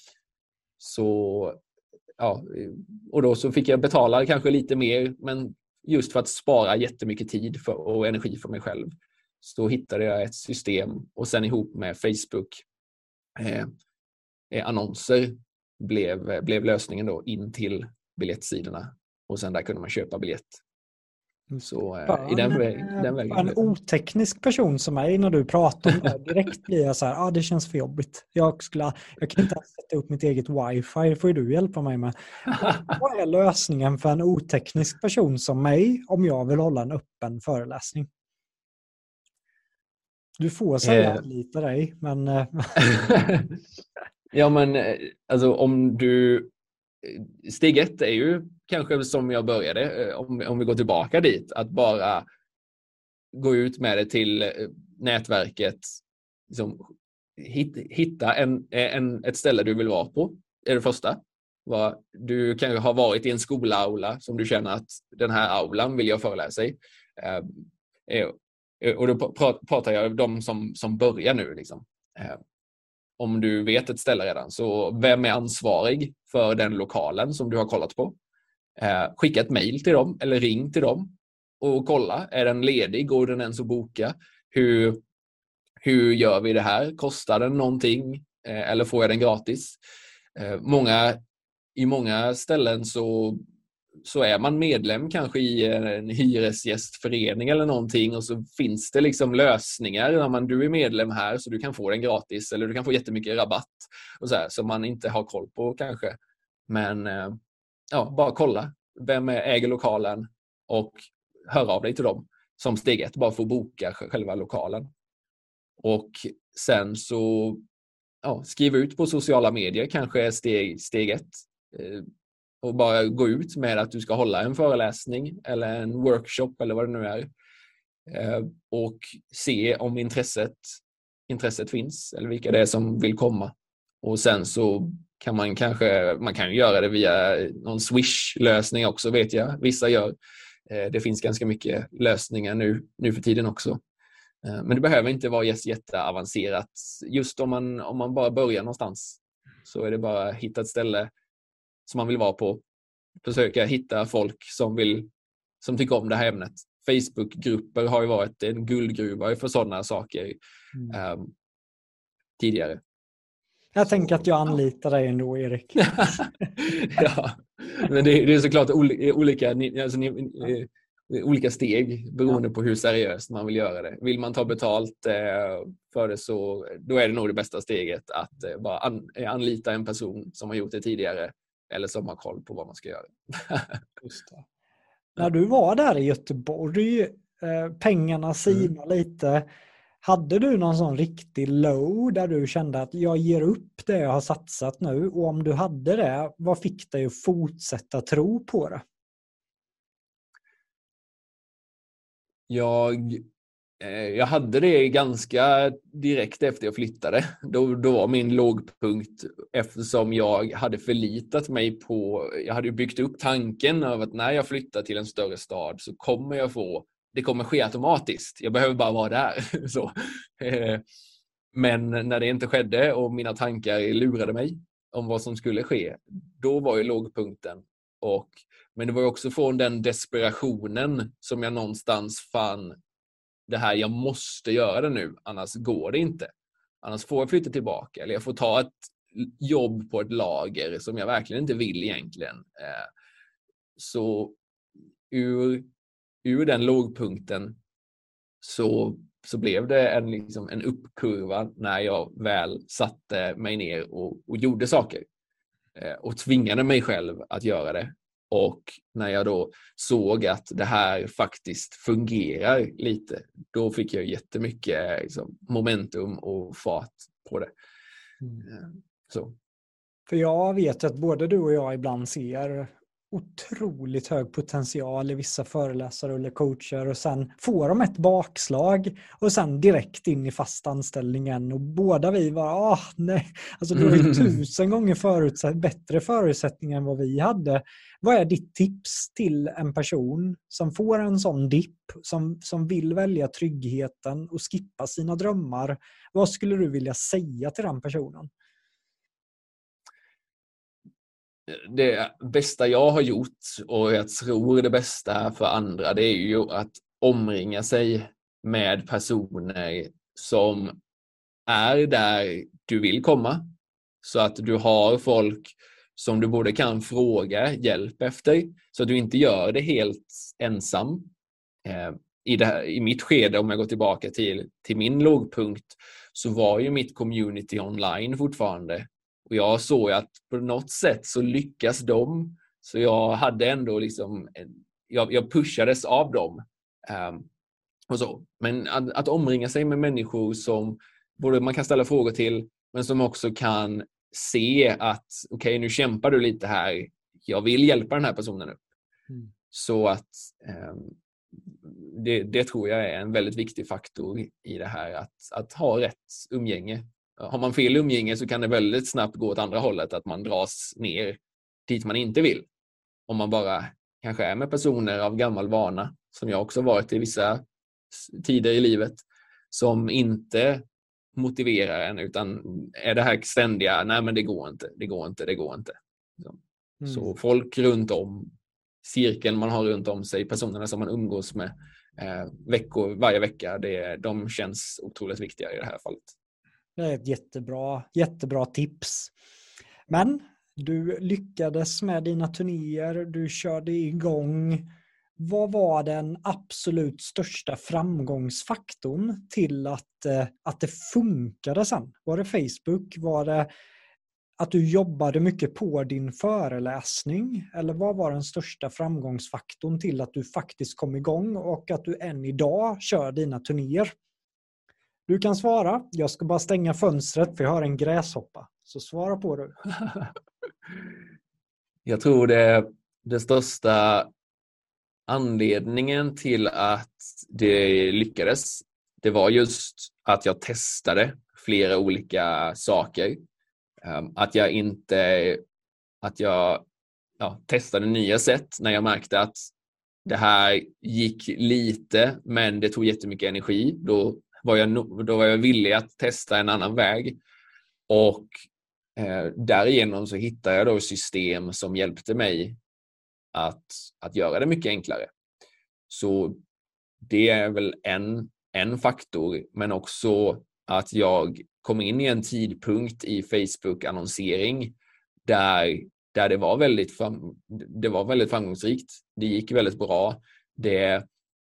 så ja, och då så fick jag betala kanske lite mer, men just för att spara jättemycket tid för, och energi för mig själv så hittade jag ett system och sen ihop med Facebook eh, annonser blev, blev lösningen då in till biljettsidorna och sen där kunde man köpa biljett. Så eh, För i den, en, väg, den vägen. en oteknisk person som mig, när du pratar om det, direkt blir jag så här, ah, det känns för jobbigt. Jag, skulle, jag kan inte ens sätta upp mitt eget wifi, det får ju du hjälpa mig med. Vad är lösningen för en oteknisk person som mig om jag vill hålla en öppen föreläsning? Du får säga Eh. anlita dig, men... Ja, men alltså om du... Steg ett är ju kanske som jag började, om, om vi går tillbaka dit, att bara gå ut med det till nätverket. Liksom, hitta en, en, ett ställe du vill vara på, är det första. Du kanske har varit i en skolaula som du känner att den här aulan vill jag föreläsa i. Och då pratar jag om de som, som börjar nu. Liksom. Om du vet ett ställe redan, så vem är ansvarig för den lokalen som du har kollat på? Skicka ett mejl till dem eller ring till dem och kolla, är den ledig? Går den ens att boka? Hur, hur gör vi det här? Kostar den någonting? Eller får jag den gratis? Många, i många ställen så, så är man medlem kanske i en hyresgästförening eller någonting, och så finns det liksom lösningar när man, du är medlem här så du kan få den gratis eller du kan få jättemycket rabatt och så här, som man inte har koll på kanske. Men ja, bara kolla vem äger lokalen och hör av dig till dem som steg ett, bara få boka själva lokalen. Och sen så ja, skriv ut på sociala medier kanske är steg, steg ett. Och bara gå ut med att du ska hålla en föreläsning eller en workshop eller vad det nu är. Och se om intresset, intresset finns eller vilka det är som vill komma. Och sen så kan man kanske, man kan ju göra det via någon Swish-lösning också, vet jag. Vissa gör. Det finns ganska mycket lösningar nu, nu för tiden också. Men det behöver inte vara jätteavancerat. Just om man, om man bara börjar någonstans så är det bara att hitta ett ställe som man vill vara på. Försöka hitta folk som vill, som tycker om det här ämnet. Facebookgrupper har ju varit en guldgruva för sådana saker mm. um, tidigare. Jag tänker att jag anlitar dig ändå, Erik. Ja, men det, det är såklart olika, alltså, olika steg beroende ja. på hur seriöst man vill göra det. Vill man ta betalt eh, för det, så då är det nog det bästa steget att eh, bara an, anlita en person som har gjort det tidigare eller som har koll på vad man ska göra. Just det. När du var där i Göteborg, eh, pengarna sina mm. lite. Hade du någon sån riktig low där du kände att jag ger upp det jag har satsat nu? Och om du hade det, vad fick dig att fortsätta tro på det? Jag, eh, jag hade det ganska direkt efter jag flyttade. Då, då var min lågpunkt, eftersom jag hade förlitat mig på, jag hade byggt upp tanken av att när jag flyttar till en större stad så kommer jag få, det kommer ske automatiskt. Jag behöver bara vara där. Så. Men när det inte skedde och mina tankar lurade mig om vad som skulle ske, då var ju lågpunkten. Och, men det var också från den desperationen som jag någonstans fann det här, jag måste göra det nu, annars går det inte. Annars får jag flytta tillbaka eller jag får ta ett jobb på ett lager som jag verkligen inte vill egentligen. Så ur Ur den lågpunkten så, så blev det en, liksom, en uppkurva när jag väl satte mig ner och, och gjorde saker. Eh, och tvingade mig själv att göra det. Och när jag då såg att det här faktiskt fungerar lite, då fick jag jättemycket liksom, momentum och fart på det. Mm. Eh, så. För jag vet att både du och jag ibland ser otroligt hög potential i vissa föreläsare eller coacher och sen får de ett bakslag och sen direkt in i fast anställningen och båda vi var ah nej, alltså du har ju tusen gånger förutsätt, bättre förutsättningar än vad vi hade. Vad är ditt tips till en person som får en sån dipp, som, som vill välja tryggheten och skippa sina drömmar? Vad skulle du vilja säga till den personen? Det bästa jag har gjort, och jag tror det bästa för andra, det är ju att omringa sig med personer som är där du vill komma. Så att du har folk som du både kan fråga hjälp efter, så att du inte gör det helt ensam. eh, i, det här, i mitt skede, om jag går tillbaka till, till min lågpunkt, så var ju mitt community online fortfarande. Och jag såg att på något sätt så lyckas de. Så jag hade ändå liksom, jag, jag pushades av dem. Um, och så. Men att, att omringa sig med människor som både man kan ställa frågor till, men som också kan se att okej, okay, nu kämpar du lite här. Jag vill hjälpa den här personen upp. Mm. Så att um, det, det tror jag är en väldigt viktig faktor i det här. Att, att ha rätt umgänge. Har man fel umgänge så kan det väldigt snabbt gå åt andra hållet. Att man dras ner dit man inte vill. Om man bara kanske är med personer av gammal vana. Som jag också varit i vissa tider i livet. Som inte motiverar en. Utan är det här ständiga. Nej, men det går inte. Det går inte. Det går inte. Så, mm. så folk runt om. Cirkeln man har runt om sig. Personerna som man umgås med. Eh, veckor, varje vecka. Det, de känns otroligt viktiga i det här fallet. Det är ett jättebra, jättebra tips. Men du lyckades med dina turnéer. Du körde igång. Vad var den absolut största framgångsfaktorn till att, att det funkade sen? Var det Facebook? Var det att du jobbade mycket på din föreläsning? Eller vad var den största framgångsfaktorn till att du faktiskt kom igång och att du än idag kör dina turnéer? Du kan svara. Jag ska bara stänga fönstret för jag har en gräshoppa. Så svara på du. Jag tror det, det största anledningen till att det lyckades, det var just att jag testade flera olika saker. Att jag inte, att jag ja, testade nya sätt när jag märkte att det här gick lite, men det tog jättemycket energi. Då var jag, då var jag villig att testa en annan väg. Och eh, därigenom så hittade jag då system som hjälpte mig att, att göra det mycket enklare. Så det är väl en, en faktor, men också att jag kom in i en tidpunkt i Facebook-annonsering där, där det, var väldigt fram, det var väldigt framgångsrikt. Det gick väldigt bra. Det,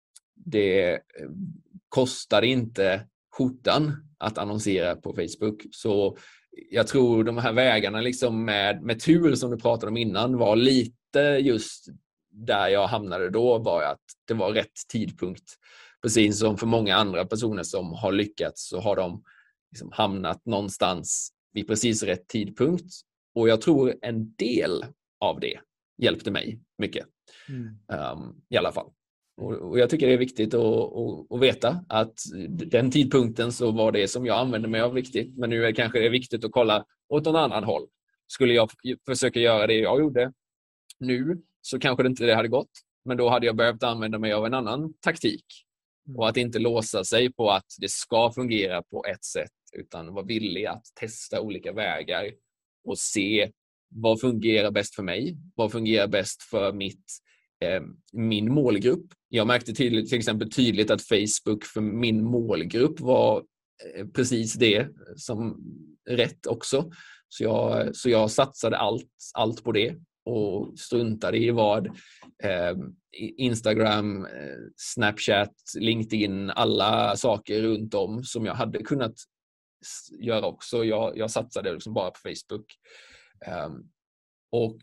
det kostade inte skjortan att annonsera på Facebook. Så jag tror de här vägarna liksom med, med tur som du pratade om innan var lite just där jag hamnade då, var att det var rätt tidpunkt. Precis som för många andra personer som har lyckats så har de liksom hamnat någonstans vid precis rätt tidpunkt. Och jag tror en del av det hjälpte mig mycket. Mm. Um, i alla fall. Och, och jag tycker det är viktigt att, att, att veta att den tidpunkten så var det som jag använde mig av viktigt. Men nu är kanske det är viktigt att kolla åt någon annan håll. Skulle jag försöka göra det jag gjorde nu så kanske det inte det hade gått. Men då hade jag behövt använda mig av en annan taktik. Mm. Och att inte låsa sig på att det ska fungera på ett sätt. Utan vara villig att testa olika vägar. Och se vad fungerar bäst för mig. Vad fungerar bäst för mitt, eh, min målgrupp. Jag märkte till, till exempel tydligt att Facebook för min målgrupp var eh, precis det som rätt också. Så jag, så jag satsade allt, allt på det. Och struntade i vad eh, Instagram, eh, Snapchat, LinkedIn, alla saker runt om som jag hade kunnat göra också. Jag, jag satsade liksom bara på Facebook. Um, och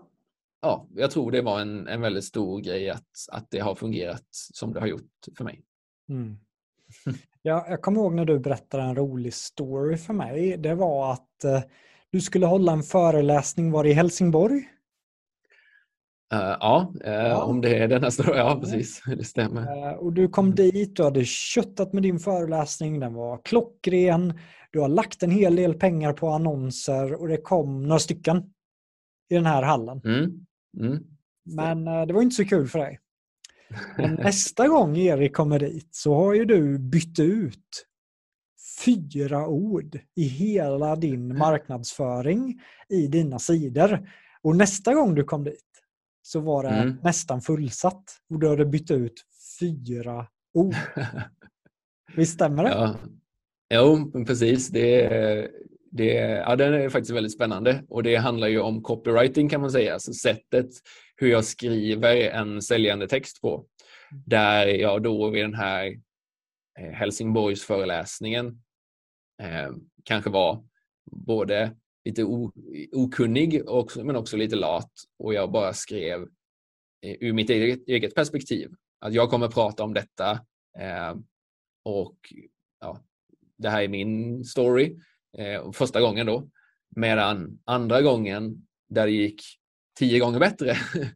ja, jag tror det var en, en väldigt stor grej att, att det har fungerat som det har gjort för mig. Mm. Ja, jag kommer ihåg när du berättade en rolig story för mig. Det var att eh, du skulle hålla en föreläsning, var det i Helsingborg? Uh, ja, uh, ja, om det är den här storyn. Ja, precis. Det stämmer. Uh, och du kom dit, du hade köttat med din föreläsning. Den var klockren. Du har lagt en hel del pengar på annonser och det kom några stycken i den här hallen. Mm. Mm. Men uh, det var inte så kul för dig. Men nästa gång Erik kommer dit så har ju du bytt ut fyra ord i hela din marknadsföring i dina sidor. Och nästa gång du kom dit så var det mm. nästan fullsatt. Och du hade bytt ut fyra ord. Visst stämmer det? Ja. Jo, precis. Det, det, ja, den är faktiskt väldigt spännande. Och det handlar ju om copywriting kan man säga. Så sättet hur jag skriver en säljande text på. Där jag då vid den här Helsingborgs föreläsningen eh, kanske var både lite okunnig och, men också lite lat, och jag bara skrev eh, ur mitt eget, eget perspektiv att jag kommer prata om detta eh, och ja, det här är min story eh, första gången då, medan andra gången där det gick tio gånger bättre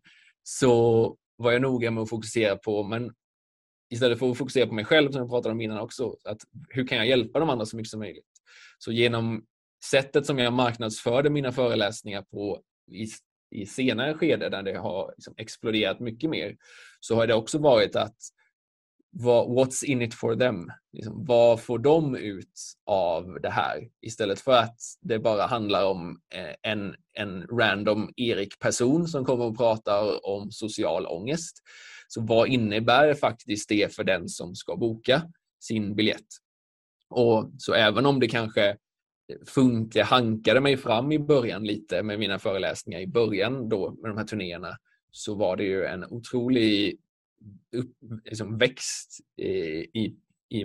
så var jag noga med att fokusera på, men istället för att fokusera på mig själv som jag pratade om innan också, att hur kan jag hjälpa de andra så mycket som möjligt. Så genom sättet som jag marknadsförde mina föreläsningar på i, i senare skede där det har liksom exploderat mycket mer, så har det också varit att vad, what's in it for them? Liksom, vad får de ut av det här? Istället för att det bara handlar om eh, en, en random Erik-person som kommer och pratar om social ångest. Så vad innebär faktiskt det för den som ska boka sin biljett? Och så även om det kanske funkar, hankade mig fram i början lite med mina föreläsningar i början då med de här turnéerna, så var det ju en otrolig upp, liksom växt i, i, i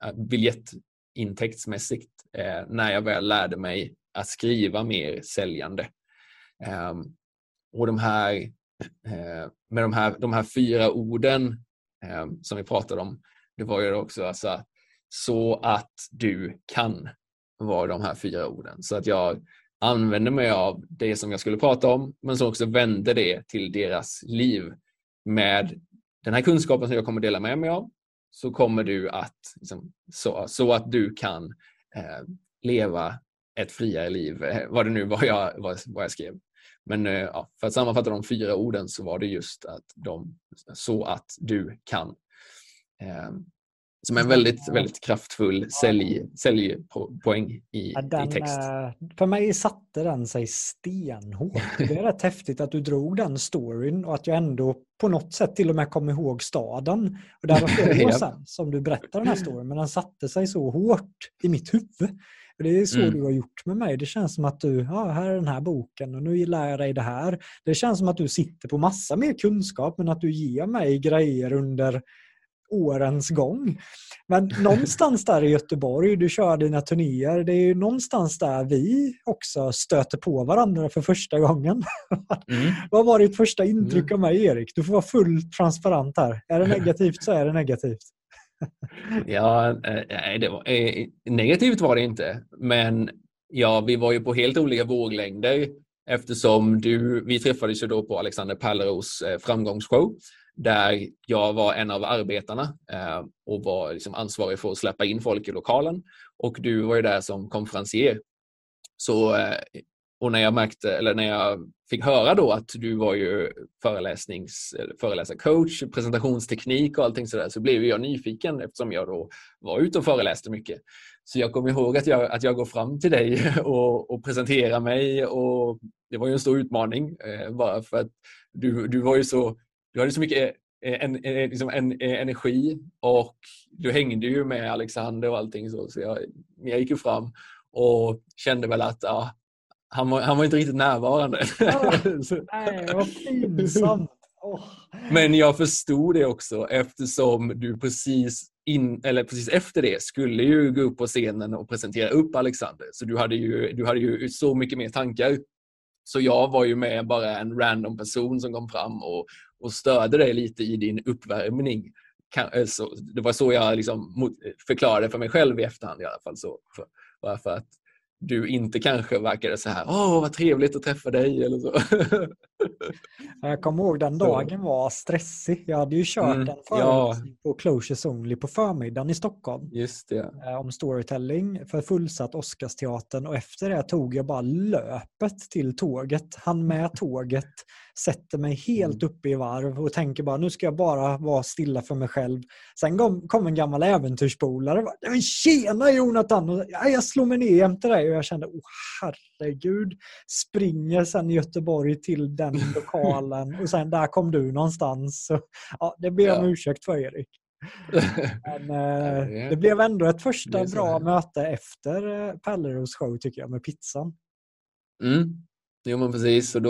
biljettintäktsmässigt eh, när jag väl lärde mig att skriva mer säljande. Um, och de här eh, med de här, de här fyra orden eh, som vi pratade om, det var ju också alltså, så att du kan, var de här fyra orden. Så att jag använde mig av det som jag skulle prata om, men så också vände det till deras liv. Med den här kunskapen som jag kommer dela med mig av, så kommer du att liksom, så, så att du kan eh, leva ett friare liv, eh, vad det nu var jag, vad, vad jag skrev. Men eh, ja, för att sammanfatta de fyra orden, så var det just att de, så att du kan. Eh, som en väldigt, väldigt kraftfull sälj, säljpoäng i, den, i text. För mig satte den sig stenhårt. Det är rätt häftigt att du drog den storyn och att jag ändå på något sätt till och med kom ihåg staden. Och det var flera år sedan som du berättade den här storyn, men den satte sig så hårt i mitt huvud. Och det är så mm. du har gjort med mig. Det känns som att du, ja, här är den här boken och nu lär jag dig det här. Det känns som att du sitter på massa mer kunskap, men att du ger mig grejer under årens gång. Men någonstans där i Göteborg, du kör dina turnéer, det är ju någonstans där vi också stöter på varandra för första gången. Mm. Vad var ditt första intryck mm. av mig, Erik? Du får vara fullt transparent här. Är det negativt så är det negativt. Ja, nej, det var, eh, negativt var det inte. Men ja, vi var ju på helt olika våglängder, eftersom du, vi träffades ju då på Alexander Pärleros eh, framgångsshow, där jag var en av arbetarna eh, och var liksom ansvarig för att släppa in folk i lokalen. Och du var ju där som konferencier. Så, eh, och när jag märkte, eller när jag fick höra då att du var ju föreläsnings, föreläsarcoach, presentationsteknik och allting sådär, så blev jag nyfiken eftersom jag då var ute och föreläste mycket. Så jag kom ihåg att jag, att jag går fram till dig och, och presenterar mig, och det var ju en stor utmaning eh, bara för att du, du var ju så Du hade så mycket en, en, liksom en, en energi, och du hängde ju med Alexander och allting så. Så jag, jag gick ju fram och kände väl att ja, han, var, han var inte riktigt närvarande. Oh, nej, vad pinsamt. Oh. Men jag förstod det också, eftersom du precis, in, eller precis efter det skulle ju gå upp på scenen och presentera upp Alexander. Så du hade ju, du hade ju så mycket mer tankar. Så jag var ju med bara en random person som kom fram och, och störde dig lite i din uppvärmning. Så, det var så jag liksom förklarade för mig själv i efterhand i alla fall. Så, för, bara för att du inte kanske verkade så här, åh vad trevligt att träffa dig eller så. Jag kommer ihåg den dagen var stressig. Jag hade ju kört mm, en föreläsning ja. på Closures Only på förmiddagen i Stockholm. Just det. Om storytelling för fullsatt Oscarsteatern, och efter det tog jag bara löpet till tåget. Han med tåget, sätter mig helt uppe i varv och tänker bara, nu ska jag bara vara stilla för mig själv. Sen kom, kom en gammal äventyrspolare. Men tjena Jonathan! Och jag slog mig ner jämte dig och jag kände, åh herregud. Springer sen i Göteborg till den lokalen och sen där kom du någonstans. Så, ja, det ber jag om ursäkt för, Erik. Men eh, det blev ändå ett första bra möte efter eh, Pärleros show tycker jag, med pizzan. Mm. Jo men precis, och då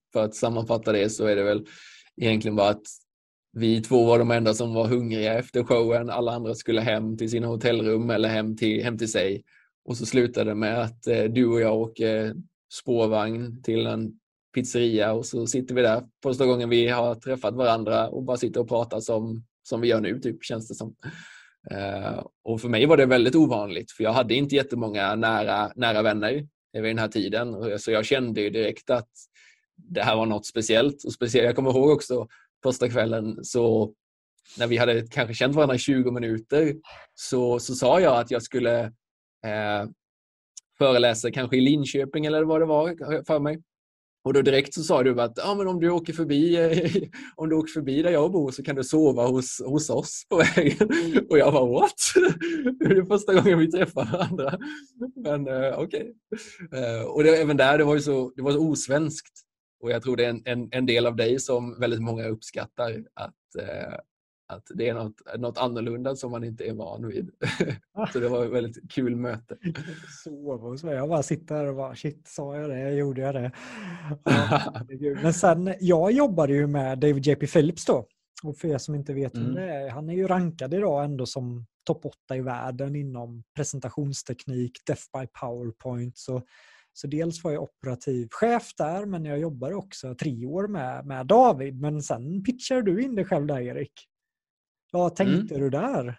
för att sammanfatta det så är det väl egentligen bara att vi två var de enda som var hungriga efter showen. Alla andra skulle hem till sina hotellrum eller hem till, hem till sig. Och så slutade det med att eh, du och jag åker spårvagn till en pizzeria och så sitter vi där första gången vi har träffat varandra och bara sitter och pratar som, som vi gör nu, typ, känns det som. Uh, och för mig var det väldigt ovanligt, för jag hade inte jättemånga nära, nära vänner vid den här tiden, så jag kände ju direkt att det här var något speciellt. Och speciellt, jag kommer ihåg också första kvällen, så när vi hade kanske känt varandra i tjugo minuter, så, så sa jag att jag skulle eh, föreläsa kanske i Linköping eller vad det var för mig. Och då direkt så sa du att ah, men om du åker förbi om du åker förbi där jag bor så kan du sova hos, hos oss på vägen. Och jag var what? Det är det första gången vi träffar varandra. Men uh, okej. Okay. Uh, och det, även där, det var ju så, det var så osvenskt. Och jag tror det är en, en, en del av dig som väldigt många uppskattar. Att, uh, att det är något, något annorlunda som man inte är van vid. Så det var ett väldigt kul möte. Sova hos mig. Jag bara sitter här och bara, shit, sa jag det? Gjorde jag det? Ja, men sen, jag jobbade ju med David J P Phillips då. Och för er som inte vet vem mm. det är, han är ju rankad idag ändå som topp åtta i världen inom presentationsteknik, Death by PowerPoint. Så, så dels var jag operativ chef där, men jag jobbade också tre år med, med David. Men sen pitchar du in dig själv där, Erik. Vad tänkte mm. du där?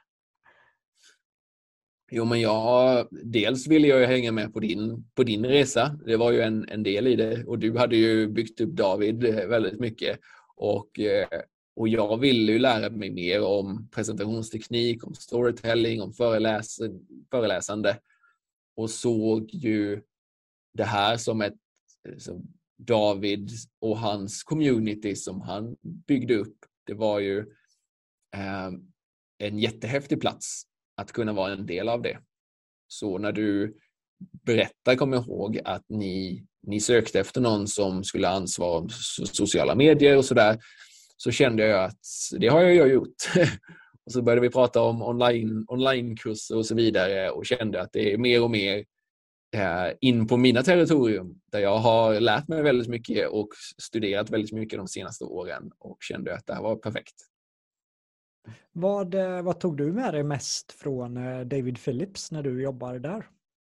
Jo, men jag, dels ville jag ju hänga med på din, på din resa. Det var ju en, en del i det. Och du hade ju byggt upp David väldigt mycket. Och, och jag ville ju lära mig mer om presentationsteknik, om storytelling, om föreläs, föreläsande. Och såg ju det här som ett som David och hans community som han byggde upp. Det var ju eh, en jättehäftig plats att kunna vara en del av det. Så när du berättar, kommer jag ihåg att ni, ni sökte efter någon som skulle ansvara för sociala medier och sådär, så kände jag att det har jag gjort. Och så började vi prata om online, onlinekurser och så vidare och kände att det är mer och mer eh, in på mina territorium där jag har lärt mig väldigt mycket och studerat väldigt mycket de senaste åren och kände att det här var perfekt. Vad, vad tog du med dig mest från David Phillips när du jobbade där?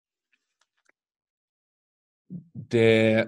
Det,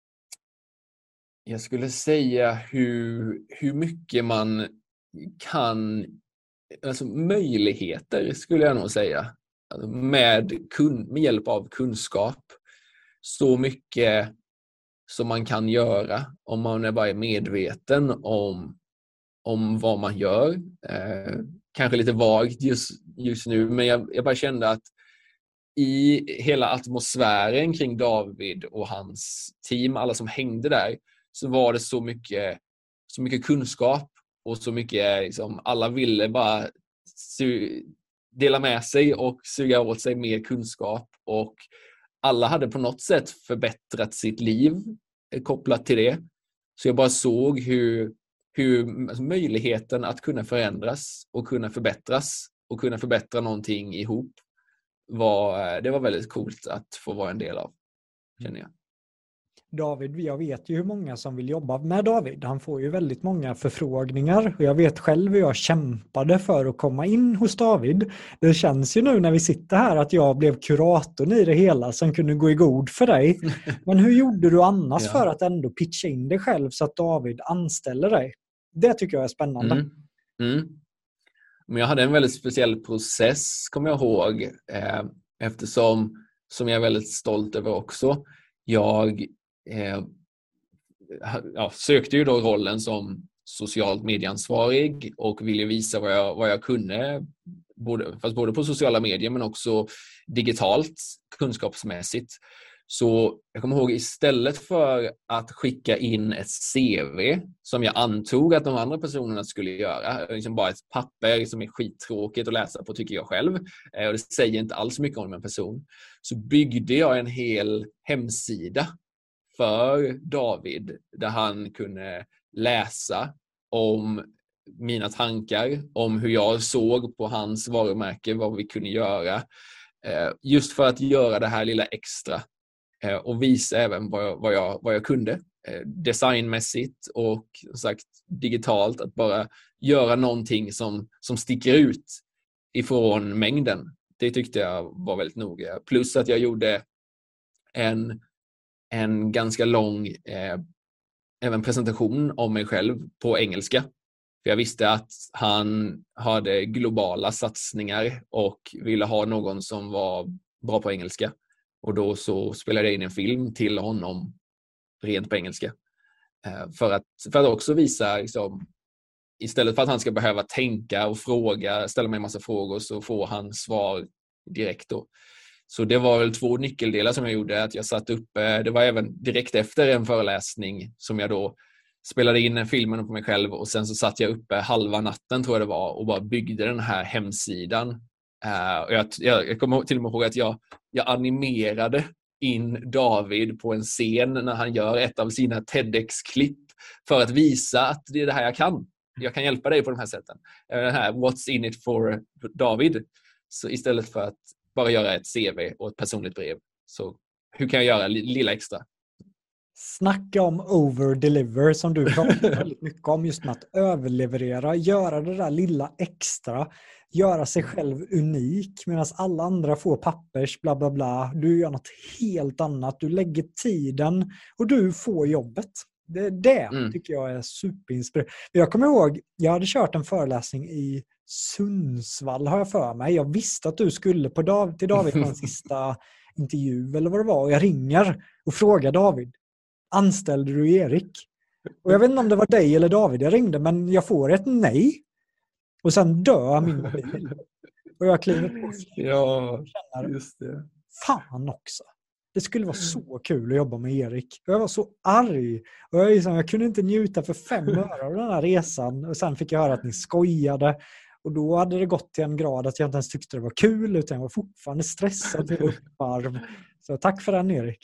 jag skulle säga hur, hur mycket man kan, alltså möjligheter skulle jag nog säga, alltså med, kun, med hjälp av kunskap. Så mycket som man kan göra om man är bara medveten om om vad man gör. Eh, kanske lite vagt just, just nu, men jag, jag bara kände att i hela atmosfären kring David och hans team, alla som hängde där, så var det så mycket, så mycket kunskap och så mycket, liksom, alla ville bara su- dela med sig och suga åt sig mer kunskap, och alla hade på något sätt förbättrat sitt liv eh, kopplat till det. Så jag bara såg hur hur alltså, möjligheten att kunna förändras och kunna förbättras och kunna förbättra någonting ihop var, det var väldigt coolt att få vara en del av, känner jag. David, jag vet ju hur många som vill jobba med David. Han får ju väldigt många förfrågningar och jag vet själv hur jag kämpade för att komma in hos David. Det känns ju nu när vi sitter här att jag blev kuratorn i det hela som kunde gå i god för dig. Men hur gjorde du annars ja. för att ändå pitcha in dig själv så att David anställer dig? Det tycker jag är spännande. Mm. Mm. Men jag hade en väldigt speciell process, kommer jag ihåg, eh, eftersom, som jag är väldigt stolt över också. Jag eh, ja, sökte ju då rollen som socialt medieansvarig och ville visa vad jag, vad jag kunde, både, fast både på sociala medier men också digitalt, kunskapsmässigt. Så jag kommer ihåg, istället för att skicka in ett C V som jag antog att de andra personerna skulle göra, liksom bara ett papper som är skittråkigt att läsa på tycker jag själv, och det säger inte alls mycket om en person, så byggde jag en hel hemsida för David där han kunde läsa om mina tankar, om hur jag såg på hans varumärke, vad vi kunde göra, just för att göra det här lilla extra och visa även vad jag, vad jag, vad jag kunde. designmässigt och som sagt digitalt, att bara göra någonting som, som sticker ut ifrån mängden. Det tyckte jag var väldigt noga. Plus att jag gjorde en, en ganska lång eh, även presentation om mig själv på engelska. För jag visste att han hade globala satsningar och ville ha någon som var bra på engelska. Och då så spelade jag in en film till honom rent på engelska. För att, för att också visa, liksom, istället för att han ska behöva tänka och fråga, ställa mig en massa frågor, så får han svar direkt då. Så det var väl två nyckeldelar som jag gjorde. Att jag satt uppe, det var även direkt efter en föreläsning som jag då spelade in filmen på mig själv, och sen så satt jag uppe halva natten tror jag det var och bara byggde den här hemsidan. Uh, och jag, jag, jag kommer till och med ihåg att jag, jag animerade in David på en scen när han gör ett av sina TEDx-klipp för att visa att det är det här jag kan. Jag kan hjälpa dig på de här sätten. Den här What's in it for David. Så istället för att bara göra ett C V och ett personligt brev, så hur kan jag göra lilla extra? Snacka om over-deliver som du pratar väldigt mycket om, just med att överleverera, göra det där lilla extra, göra sig själv unik medan alla andra får pappers, bla bla bla. Du gör något helt annat, du lägger tiden och du får jobbet. Det, det mm. tycker jag är superinspirerande. Jag kommer ihåg, jag hade kört en föreläsning i Sundsvall har jag för mig. Jag visste att du skulle på Dav- till David på en sista intervju eller vad det var, och jag ringer och frågar David: anställde du Erik? Och jag vet inte om det var dig eller David jag ringde, men jag får ett nej. Och sen dör min mobil. Och jag kliver på. Ja, just det. Fan också. Det skulle vara så kul att jobba med Erik. Och jag var så arg. Och jag, liksom, jag kunde inte njuta för fem öre av den här resan. Och sen fick jag höra att ni skojade. Och då hade det gått till en grad att jag inte ens tyckte det var kul, utan jag var fortfarande stressad till uppvarv. Så tack för den, Erik.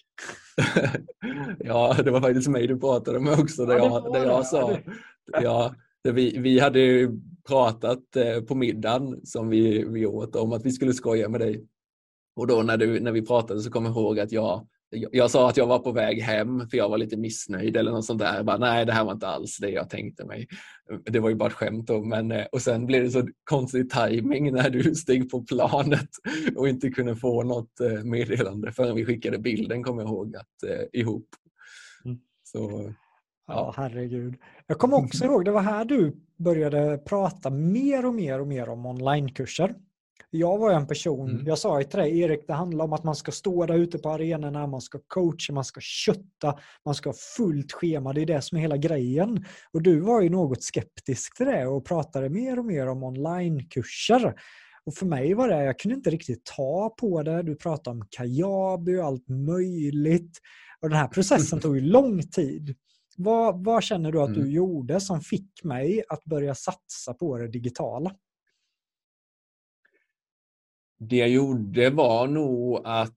Ja, det var faktiskt mig du pratade med också. Där ja, jag, där jag sa, ja, där vi, vi hade pratat på middagen som vi, vi åt om att vi skulle skoja med dig. Och då när, du, när vi pratade så kom jag ihåg att jag, jag, jag sa att jag var på väg hem för jag var lite missnöjd eller något sånt där. Jag bara, nej, det här var inte alls det jag tänkte mig. Det var ju bara ett skämt då. Men, och sen blev det så konstig timing när du steg på planet och inte kunde få något meddelande förrän vi skickade bilden, kommer jag ihåg, att, eh, ihop. Mm. Så, ja. ja, herregud. Jag kommer också ihåg, det var här du började prata mer och mer och mer om onlinekurser. Jag var en person, mm. jag sa ju till dig, Erik, det handlar om att man ska stå där ute på arenorna, man ska coacha, man ska kötta, man ska ha fullt schema, det är det som är hela grejen. Och du var ju något skeptisk till det och pratade mer och mer om onlinekurser. Och för mig var det, jag kunde inte riktigt ta på det, du pratade om Kajabi och allt möjligt. Och den här processen tog ju lång tid. Vad, vad känner du att mm. du gjorde som fick mig att börja satsa på det digitala? Det jag gjorde var nog att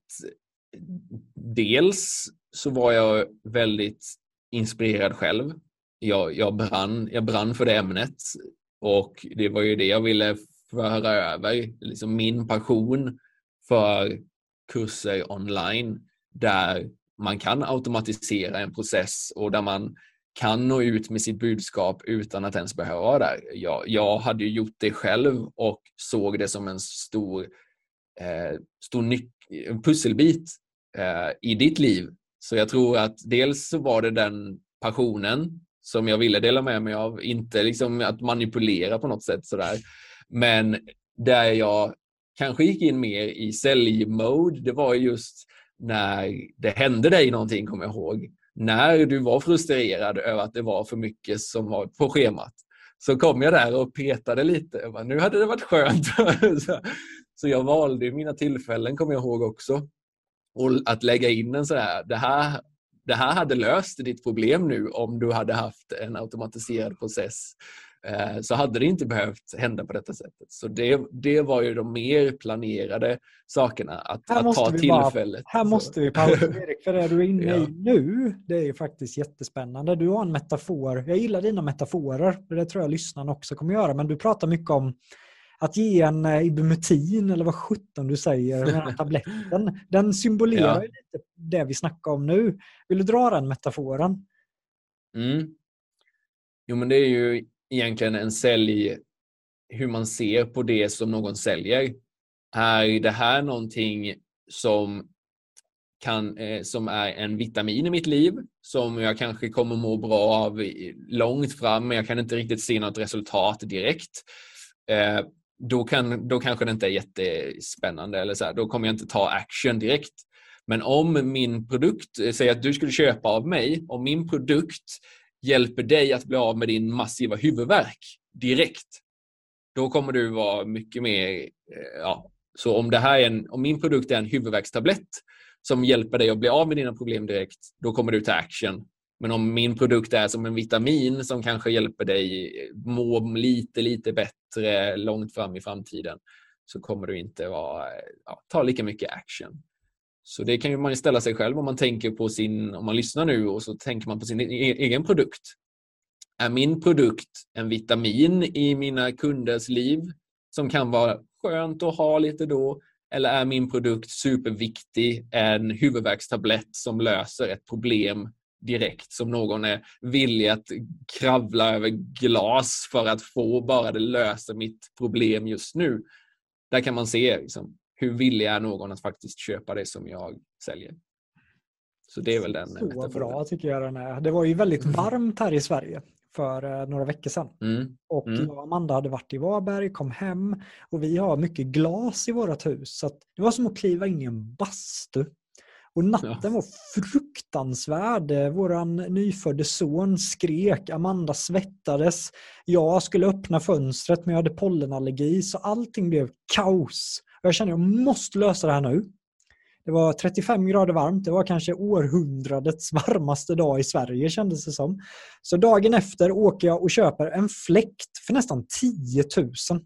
dels så var jag väldigt inspirerad själv. Jag, jag, brann, jag brann för det ämnet och det var ju det jag ville föra över. Liksom min passion för kurser online där man kan automatisera en process och där man kan nå ut med sitt budskap utan att ens behöva vara där. Jag, jag hade ju gjort det själv och såg det som en stor Eh, stor nyc- pusselbit eh, i ditt liv. Så jag tror att dels så var det den passionen som jag ville dela med mig av, inte liksom att manipulera på något sätt sådär. Men där jag kanske gick in mer i sälj-mode, det var just när det hände dig någonting, kommer jag ihåg. När du var frustrerad över att det var för mycket som var på schemat. Så kom jag där och petade lite. Jag bara, nu hade det varit skönt. Så jag valde mina tillfällen, kommer jag ihåg också. Och att lägga in en sådär, det här, det här hade löst ditt problem nu om du hade haft en automatiserad process. Eh, så hade det inte behövt hända på detta sättet. Så det, det var ju de mer planerade sakerna, att, att ta tillfället. Bara, här så. måste vi pausa, Erik, för det du är inne ja. i nu, det är ju faktiskt jättespännande. Du har en metafor, jag gillar dina metaforer, det tror jag lyssnarna också kommer göra, men du pratar mycket om att ge en ibumetin, eller vad sjutton du säger, den här tabletten, den symboliserar ja. lite det vi snackar om nu. Vill du dra den metaforen? Mm. Jo, men det är ju egentligen en sälj, hur man ser på det som någon säljer. Är det här någonting som, kan, eh, som är en vitamin i mitt liv som jag kanske kommer må bra av långt fram, men jag kan inte riktigt se något resultat direkt. Eh, då, kan, då kanske det inte är jättespännande. Eller så här, då kommer jag inte ta action direkt. Men om min produkt, säger att du skulle köpa av mig, om min produkt hjälper dig att bli av med din massiva huvudvärk direkt, då kommer du vara mycket mer, ja, så om det här är en, om min produkt är en huvudvärkstablett som hjälper dig att bli av med dina problem direkt, då kommer du ta action. Men om min produkt är som en vitamin som kanske hjälper dig må lite, lite bättre långt fram i framtiden, så kommer du inte vara, ja, ta lika mycket action. Så det kan ju man ställa sig själv om man tänker på sin, om man lyssnar nu och så tänker man på sin egen produkt. Är min produkt en vitamin i mina kunders liv som kan vara skönt att ha lite då? Eller är min produkt superviktig, en huvudvärkstablett som löser ett problem direkt, som någon är villig att kravla över glas för att få, bara det löser mitt problem just nu? Där kan man se liksom, hur villig är någon att faktiskt köpa det som jag säljer. Så det är väl den. Så bra tycker jag den är. Det var ju väldigt varmt här i Sverige för några veckor sedan. Mm. Och mm. jag och Amanda hade varit i Varberg, kom hem och vi har mycket glas i vårt hus. Så att det var som att kliva in i en bastu. Och natten ja. var fruktansvärd. Våran nyfödde son skrek, Amanda svettades. Jag skulle öppna fönstret men jag hade pollenallergi, så allting blev kaos. Och jag kände att jag måste lösa det här nu. Det var trettiofem grader varmt. Det var kanske århundradets varmaste dag i Sverige, kändes det som. Så dagen efter åker jag och köper en fläkt för nästan tio tusen.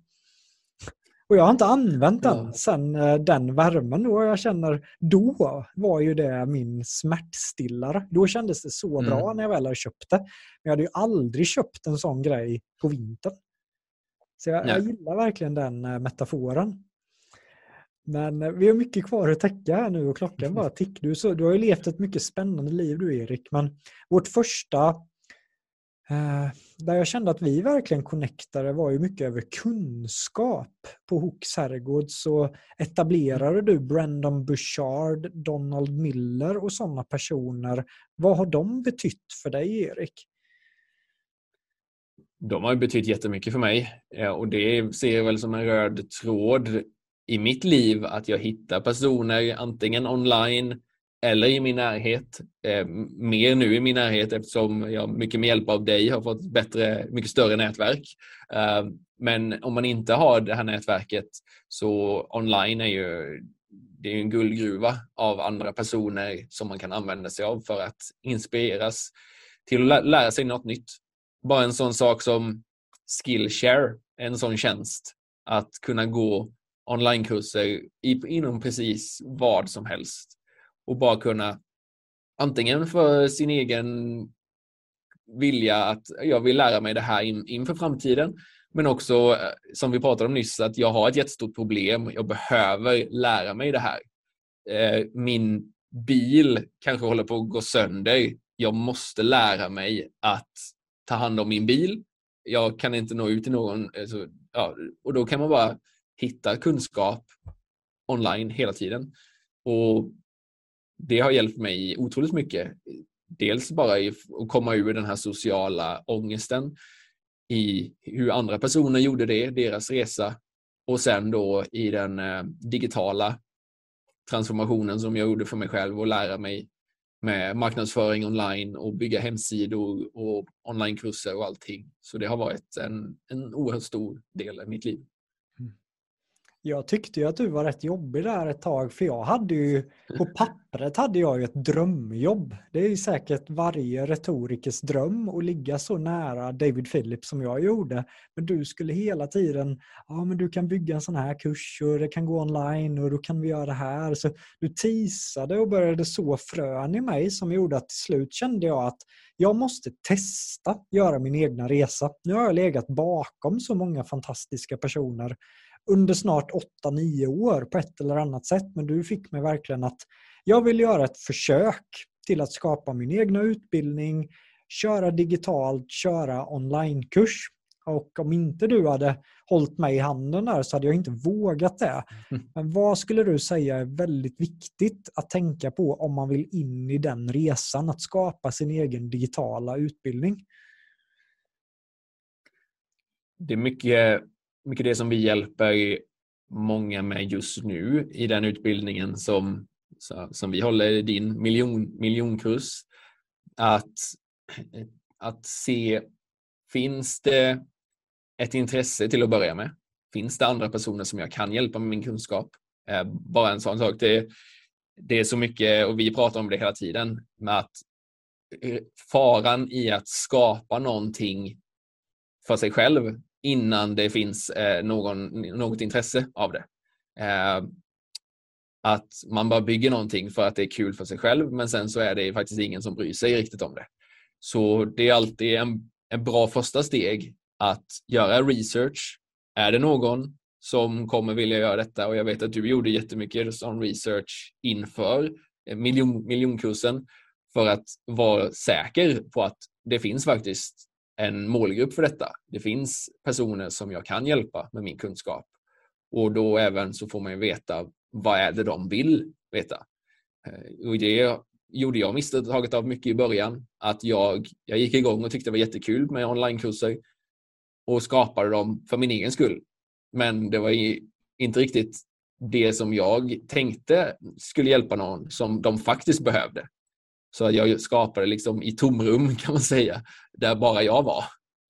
Och jag har inte använt den ja. sen den värmen. Och jag känner, då var ju det min smärtstillare. Då kändes det så mm. bra när jag väl hade köpt det. Men jag hade ju aldrig köpt en sån grej på vintern. Så jag, jag gillar verkligen den metaforen. Men vi har mycket kvar att täcka här nu och klockan bara tick. Du, så, du har ju levt ett mycket spännande liv du, Erik. Men vårt första, eh, där jag kände att vi verkligen connectade, var ju mycket över kunskap. På Hooks Herrgård så etablerade du Brandon Bouchard, Donald Miller och sådana personer. Vad har de betytt för dig, Erik? De har betytt jättemycket för mig. Och det ser jag väl som en röd tråd i mitt liv, att jag hittar personer antingen online eller i min närhet. Eh, mer nu i min närhet eftersom jag mycket med hjälp av dig har fått bättre, mycket större nätverk. Eh, men om man inte har det här nätverket, så online är ju, det är en guldgruva av andra personer som man kan använda sig av för att inspireras till att lära sig något nytt. Bara en sån sak som Skillshare, en sån tjänst, att kunna gå onlinekurser inom precis vad som helst och bara kunna, antingen för sin egen vilja att jag vill lära mig det här in, inför framtiden, men också som vi pratade om nyss, att jag har ett jättestort problem, jag behöver lära mig det här. Min bil kanske håller på att gå sönder, jag måste lära mig att ta hand om min bil, jag kan inte nå ut till någon, alltså, ja, och då kan man bara hitta kunskap online hela tiden. Och det har hjälpt mig otroligt mycket. Dels bara i att komma ur den här sociala ångesten i hur andra personer gjorde det, deras resa. Och sen då i den eh, digitala transformationen som jag gjorde för mig själv och lära mig med marknadsföring online och bygga hemsidor och onlinekurser och allting. Så det har varit en, en oerhört stor del av mitt liv. Jag tyckte ju att du var rätt jobbig där ett tag, för jag hade ju, på pappret hade jag ju ett drömjobb. Det är ju säkert varje retorikers dröm att ligga så nära David Phillips som jag gjorde. Men du skulle hela tiden, ja men du kan bygga en sån här kurs och det kan gå online och då kan vi göra det här. Så du teasade och började så frön i mig som gjorde att till slut kände jag att jag måste testa göra min egna resa. Nu har jag legat bakom så många fantastiska personer under snart åtta nio år på ett eller annat sätt. Men du fick mig verkligen att jag vill göra ett försök till att skapa min egna utbildning, köra digitalt, köra onlinekurs. Och om inte du hade hållit mig i handen där så hade jag inte vågat det. Mm. Men vad skulle du säga är väldigt viktigt att tänka på om man vill in i den resan, att skapa sin egen digitala utbildning? Det är mycket, mycket det som vi hjälper många med just nu i den utbildningen som, som vi håller i din miljon, miljonkurs. Att, att se, finns det ett intresse till att börja med? Finns det andra personer som jag kan hjälpa med min kunskap? Eh, bara en sån sak. Det, det är så mycket, och vi pratar om det hela tiden, med att faran i att skapa någonting för sig själv innan det finns eh, någon, något intresse av det. Eh, att man bara bygger någonting för att det är kul för sig själv, men sen så är det faktiskt ingen som bryr sig riktigt om det. Så det är alltid en, en bra första steg att göra research. Är det någon som kommer vilja göra detta? Och jag vet att du gjorde jättemycket sån research inför miljon, miljonkursen för att vara säker på att det finns faktiskt en målgrupp för detta. Det finns personer som jag kan hjälpa med min kunskap. Och då även så får man ju veta vad är det de vill veta. Och det gjorde jag misstaget av mycket i början. Att jag, jag gick igång och tyckte det var jättekul med onlinekurser och skapade dem för min egen skull. Men det var inte riktigt det som jag tänkte skulle hjälpa någon som de faktiskt behövde. Så jag skapade liksom i tomrum, kan man säga, där bara jag var.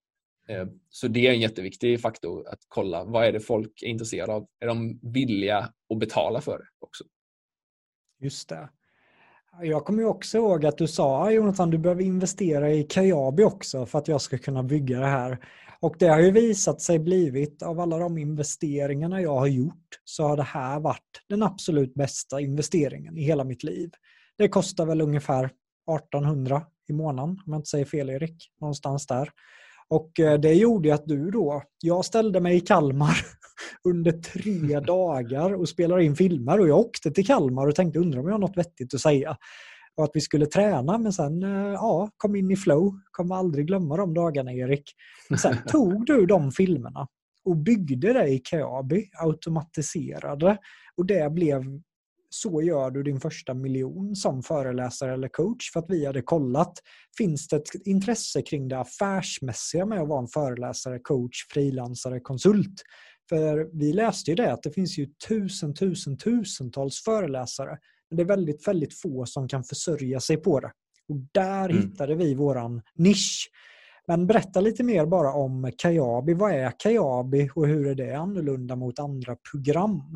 Så det är en jätteviktig faktor att kolla. Vad är det folk är intresserade av? Är de villiga att betala för det också? Just det. Jag kommer ju också ihåg att du sa, Jonathan, du behöver investera i Kajabi också för att jag ska kunna bygga det här. Och det har ju visat sig blivit, av alla de investeringarna jag har gjort, så har det här varit den absolut bästa investeringen i hela mitt liv. Det kostar väl ungefär artonhundra i månaden, om jag inte säger fel, Erik, någonstans där. Och det gjorde att du då, jag ställde mig i Kalmar under tre dagar och spelade in filmer, och jag åkte till Kalmar och tänkte, undrar om jag har något vettigt att säga. Och att vi skulle träna, men sen ja, kom in i flow, kommer aldrig glömma de dagarna, Erik. Men sen tog du de filmerna och byggde det i Kajabi, automatiserade, och det blev, så gör du din första miljon som föreläsare eller coach, för att vi hade kollat, finns det ett intresse kring det affärsmässiga med att vara en föreläsare, coach, frilansare, konsult? För vi läste ju det att det finns ju tusen, tusen, tusentals föreläsare, men det är väldigt, väldigt få som kan försörja sig på det. Och där mm. hittade vi våran nisch. Men berätta lite mer bara om Kajabi. Vad är Kajabi och hur är det annorlunda mot andra program?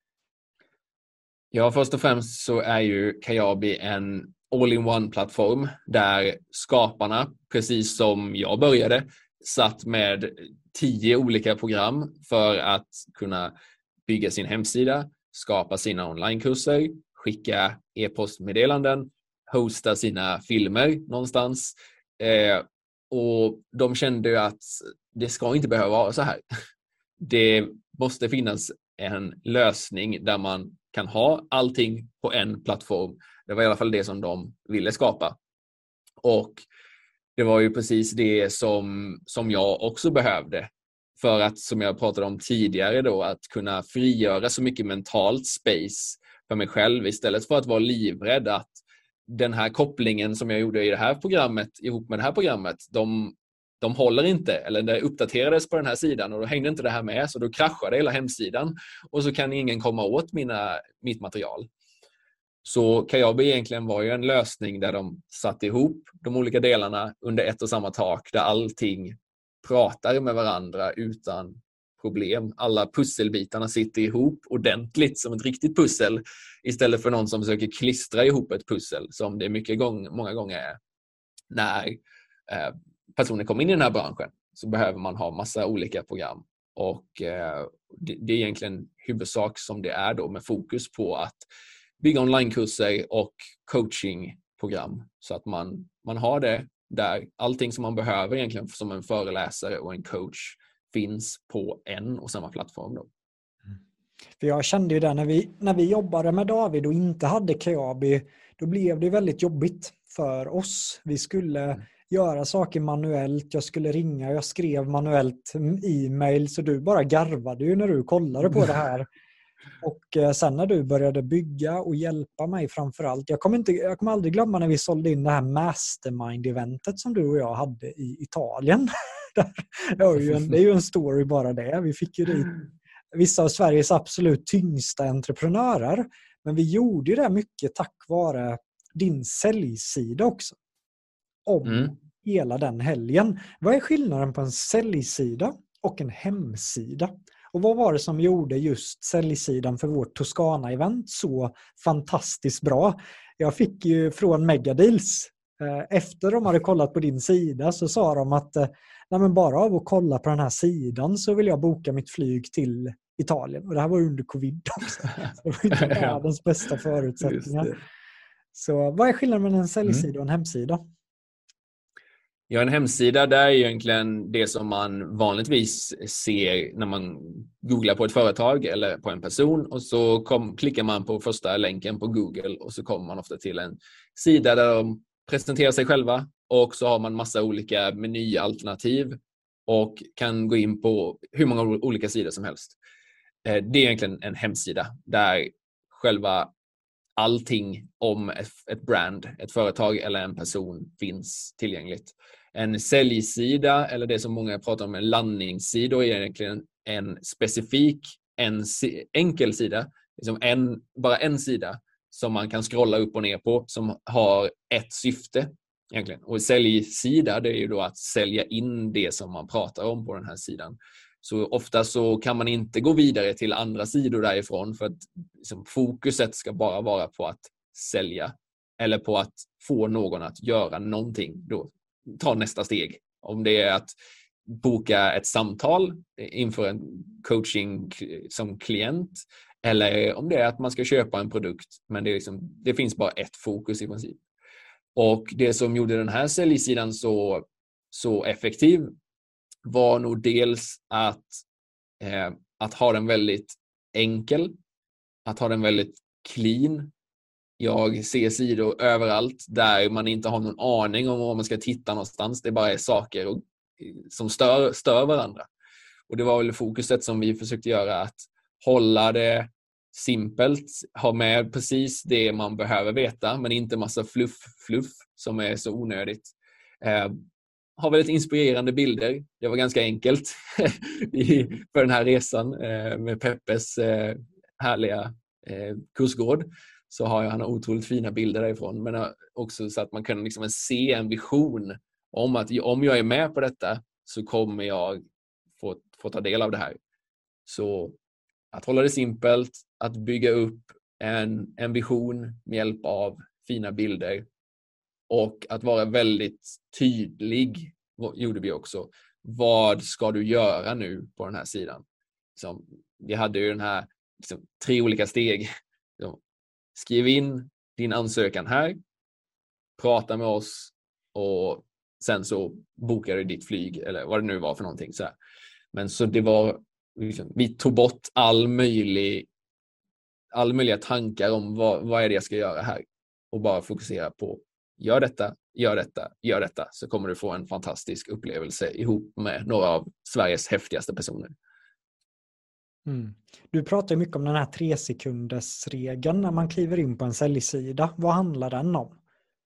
Ja, först och främst så är ju Kajabi en all-in-one-plattform där skaparna, precis som jag började, satt med tio olika program för att kunna bygga sin hemsida, skapa sina onlinekurser, skicka e-postmeddelanden, hosta sina filmer någonstans. Eh, och de kände ju att det ska inte behöva vara så här. Det måste finnas en lösning där man kan ha allting på en plattform. Det var i alla fall det som de ville skapa. Och det var ju precis det som, som jag också behövde. För att, som jag pratade om tidigare då, att kunna frigöra så mycket mentalt space för mig själv istället för att vara livrädd att den här kopplingen som jag gjorde i det här programmet ihop med det här programmet, de, de håller inte, eller det uppdaterades på den här sidan och då hängde inte det här med, så då kraschade hela hemsidan och så kan ingen komma åt mina, mitt material. Så Kajabi egentligen var ju en lösning där de satte ihop de olika delarna under ett och samma tak, där allting pratar med varandra utan problem. Alla pusselbitarna sitter ihop ordentligt som ett riktigt pussel istället för någon som försöker klistra ihop ett pussel som det mycket gång, många gånger är. När eh, personer kommer in i den här branschen så behöver man ha massa olika program. Och eh, det, det är egentligen huvudsak som det är då, med fokus på att bygga onlinekurser och coachingprogram så att man, man har det där allting som man behöver egentligen som en föreläsare och en coach finns på en och samma plattform då. Mm. För jag kände ju det när vi, när vi jobbade med David och inte hade Kajabi, då blev det väldigt jobbigt för oss. Vi skulle mm. göra saker manuellt. Jag skulle ringa, jag skrev manuellt e-mail, så du bara garvade ju när du kollade på det här. Och eh, sen när du började bygga och hjälpa mig framförallt. Jag kommer, inte, jag kommer aldrig glömma när vi sålde in det här mastermind-eventet som du och jag hade i Italien. det, är ju en, det är ju en story bara det. Vi fick ju dit vissa av Sveriges absolut tyngsta entreprenörer. Men vi gjorde ju det mycket tack vare din säljsida också. Om mm. hela den helgen. Vad är skillnaden på en säljsida och en hemsida? Och vad var det som gjorde just säljsidan för vårt Toscana-event så fantastiskt bra? Jag fick ju från Megadeals, eh, efter de hade kollat på din sida så sa de att eh, nej men bara av att kolla på den här sidan så vill jag boka mitt flyg till Italien. Och det här var under covid också. Så det var inte världens bästa förutsättningar. Så vad är skillnaden mellan en säljsida mm. och en hemsida? Ja, en hemsida där är egentligen det som man vanligtvis ser när man googlar på ett företag eller på en person, och så kom, klickar man på första länken på Google och så kommer man ofta till en sida där de presenterar sig själva, och så har man massa olika menyalternativ och kan gå in på hur många olika sidor som helst. Det är egentligen en hemsida där själva allting om ett brand, ett företag eller en person finns tillgängligt. En säljsida, eller det som många pratar om en landningssida, är egentligen en specifik, en enkel sida, liksom en, bara en sida som man kan scrolla upp och ner på, som har ett syfte egentligen. Och säljsida, det är ju då att sälja in det som man pratar om på den här sidan. Så ofta så kan man inte gå vidare till andra sidor därifrån, för att liksom, fokuset ska bara vara på att sälja eller på att få någon att göra någonting. Då ta nästa steg. Om det är att boka ett samtal inför en coaching som klient, eller om det är att man ska köpa en produkt, men det, är liksom, det finns bara ett fokus i princip. Och det som gjorde den här säljsidan så, så effektiv var nog dels att, eh, att ha den väldigt enkel, att ha den väldigt clean. Jag ser sidor överallt där man inte har någon aning om var man ska titta någonstans. Det bara är saker och, som stör, stör varandra. Och det var väl fokuset som vi försökte göra, att hålla det simpelt, ha med precis det man behöver veta, men inte massa fluff, fluff som är så onödigt. Eh, har väldigt inspirerande bilder. Det var ganska enkelt i, för den här resan eh, med Peppes eh, härliga eh, kursgård. Så har han otroligt fina bilder därifrån, men också så att man kan liksom se en vision om att om jag är med på detta så kommer jag få, få ta del av det här. Så att hålla det simpelt, att bygga upp en, en vision med hjälp av fina bilder, och att vara väldigt tydlig gjorde vi också. Vad ska du göra nu på den här sidan? Liksom, vi hade ju den här liksom, tre olika steg. Liksom, skriv in din ansökan här, prata med oss, och sen så bokar du ditt flyg eller vad det nu var för någonting. Så här. Men så det var, liksom, vi tog bort all möjlig, all möjliga tankar om vad, vad är det jag ska göra här, och bara fokusera på gör detta, gör detta, gör detta, så kommer du få en fantastisk upplevelse ihop med några av Sveriges häftigaste personer. Mm. Du pratar mycket om den här tre sekunders regeln när man kliver in på en säljsida. Vad handlar den om?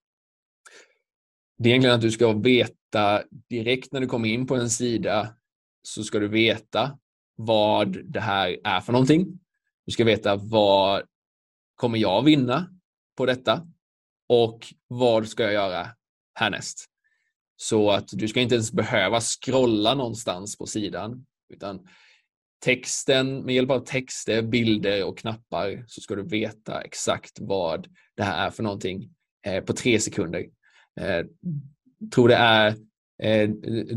Det är egentligen att du ska veta direkt när du kommer in på en sida, så ska du veta vad det här är för någonting. Du ska veta vad kommer jag vinna på detta, och vad ska jag göra härnäst. Så att du ska inte ens behöva scrolla någonstans på sidan, utan texten, med hjälp av texter, bilder och knappar, så ska du veta exakt vad det här är för någonting eh, på tre sekunder. Eh, tror det är eh,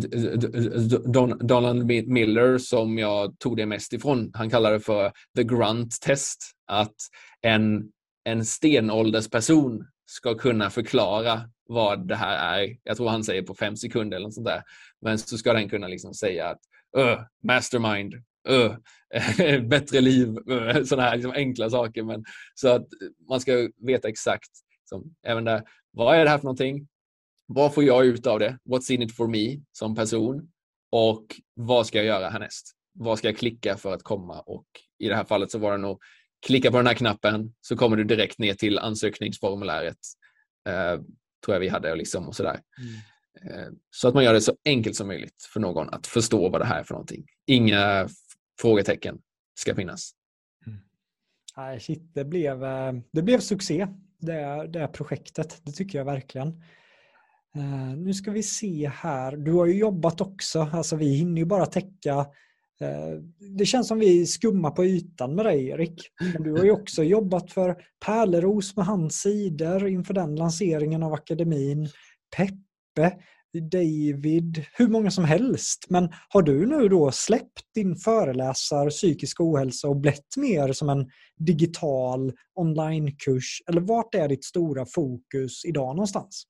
Don, Donald Miller som jag tog det mest ifrån. Han kallar det för the grunt test, att en, en stenåldersperson ska kunna förklara vad det här är. Jag tror han säger på fem sekunder eller något sånt där. Men så ska den kunna liksom säga att uh, mastermind, uh, bättre liv, uh, sådana här liksom enkla saker. Men, så att man ska veta exakt, som, även där, vad är det här för någonting? vad får jag ut av det? What's in it for me som person? Och vad ska jag göra härnäst? Vad ska jag klicka för att komma? Och i det här fallet så var det nog klicka på den här knappen så kommer du direkt ner till ansökningsformuläret. Eh, tror jag vi hade liksom och sådär. Mm. Eh, så att man gör det så enkelt som möjligt för någon att förstå vad det här är för någonting. Inga f- frågetecken ska finnas. Mm. Nej, shit, det blev, det blev succé, det, det projektet. Det tycker jag verkligen. Uh, nu ska vi se här. Du har ju jobbat också. Alltså vi hinner ju bara täcka. Uh, det känns som vi skummar på ytan med dig, Erik. Men du har ju också jobbat för Pärleros med hans sidor inför den lanseringen av akademin. Peppe, David, hur många som helst. Men har du nu då släppt din föreläsar psykisk ohälsa och blivit mer som en digital onlinekurs? Eller vart är ditt stora fokus idag någonstans?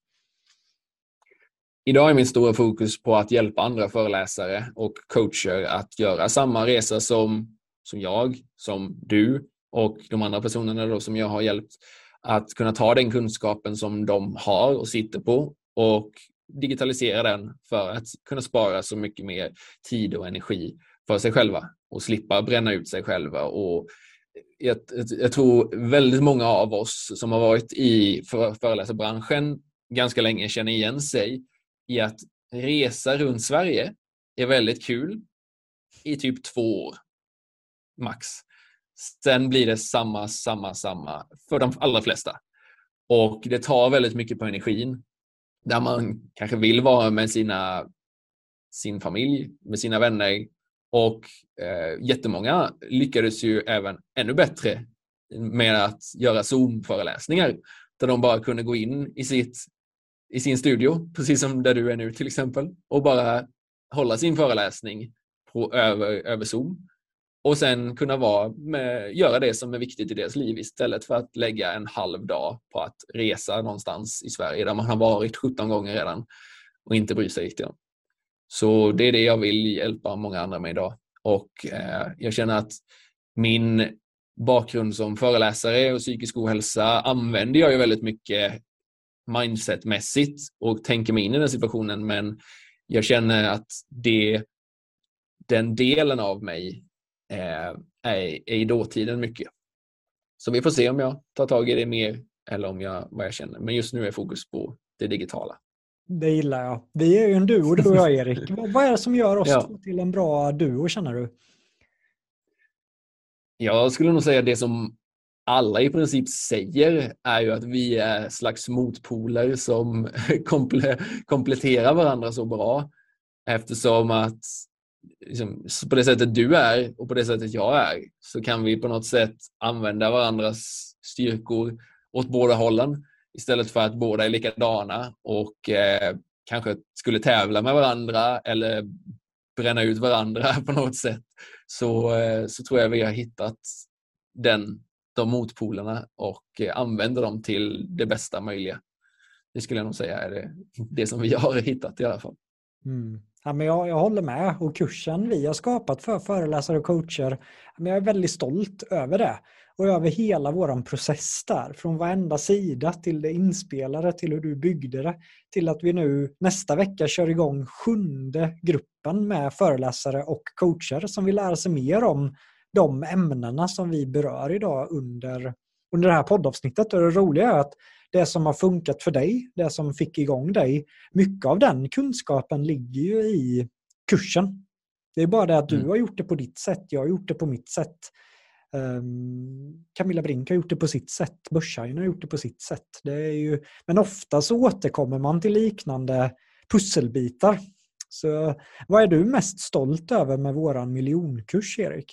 Idag är min stora fokus på att hjälpa andra föreläsare och coacher att göra samma resa som, som jag, som du och de andra personerna då som jag har hjälpt. Att kunna ta den kunskapen som de har och sitter på och digitalisera den för att kunna spara så mycket mer tid och energi för sig själva och slippa bränna ut sig själva. Och jag, jag tror väldigt många av oss som har varit i för, föreläsarbranschen ganska länge känner igen sig i att resa runt Sverige är väldigt kul i typ två år max. Sen blir det samma, samma, samma för de allra flesta. Och det tar väldigt mycket på energin. Där man kanske vill vara med sina, sin familj, med sina vänner. Och eh, jättemånga lyckades ju även ännu bättre med att göra Zoom-föreläsningar. Där de bara kunde gå in i sitt i sin studio, precis som där du är nu till exempel, och bara hålla sin föreläsning på, över, över Zoom och sen kunna vara med, göra det som är viktigt i deras liv istället för att lägga en halv dag på att resa någonstans i Sverige där man har varit sjutton gånger redan och inte bry sig riktigt om. Så det är det jag vill hjälpa många andra med idag. Och eh, jag känner att min bakgrund som föreläsare och psykisk ohälsa använder jag ju väldigt mycket mindsetmässigt och tänker mig in i den situationen, men jag känner att det, den delen av mig är, är, är i dåtiden mycket. Så vi får se om jag tar tag i det mer eller om jag, vad jag känner. Men just nu är fokus på det digitala. Det gillar jag. Vi är ju en duo, du och jag, Erik. Vad är det som gör oss ja. till en bra duo, känner du? Jag skulle nog säga det som alla i princip säger är ju att vi är slags motpoler som komple- kompletterar varandra så bra. Eftersom att liksom, på det sättet du är och på det sättet jag är så kan vi på något sätt använda varandras styrkor åt båda hållen. Istället för att båda är likadana och eh, kanske skulle tävla med varandra eller bränna ut varandra på något sätt. Så, eh, så tror jag vi har hittat den de motpolerna och använder dem till det bästa möjliga. Det skulle jag nog säga är det, det som vi har hittat i alla fall. Mm. Ja, men jag, jag håller med, och kursen vi har skapat för föreläsare och coacher, men jag är väldigt stolt över det och över hela våran process där, från varenda sida till det inspelade till hur du byggde det till att vi nu nästa vecka kör igång sjunde gruppen med föreläsare och coacher som vill lära sig mer om de ämnena som vi berör idag under, under det här poddavsnittet. Och det roliga är att det som har funkat för dig, det som fick igång dig, mycket av den kunskapen ligger ju i kursen. Det är bara det att du mm. har gjort det på ditt sätt, jag har gjort det på mitt sätt. Um, Camilla Brink har gjort det på sitt sätt, Börshajen har gjort det på sitt sätt. Det är ju, men ofta så återkommer man till liknande pusselbitar. Så vad är du mest stolt över med våran miljonkurs, Erik?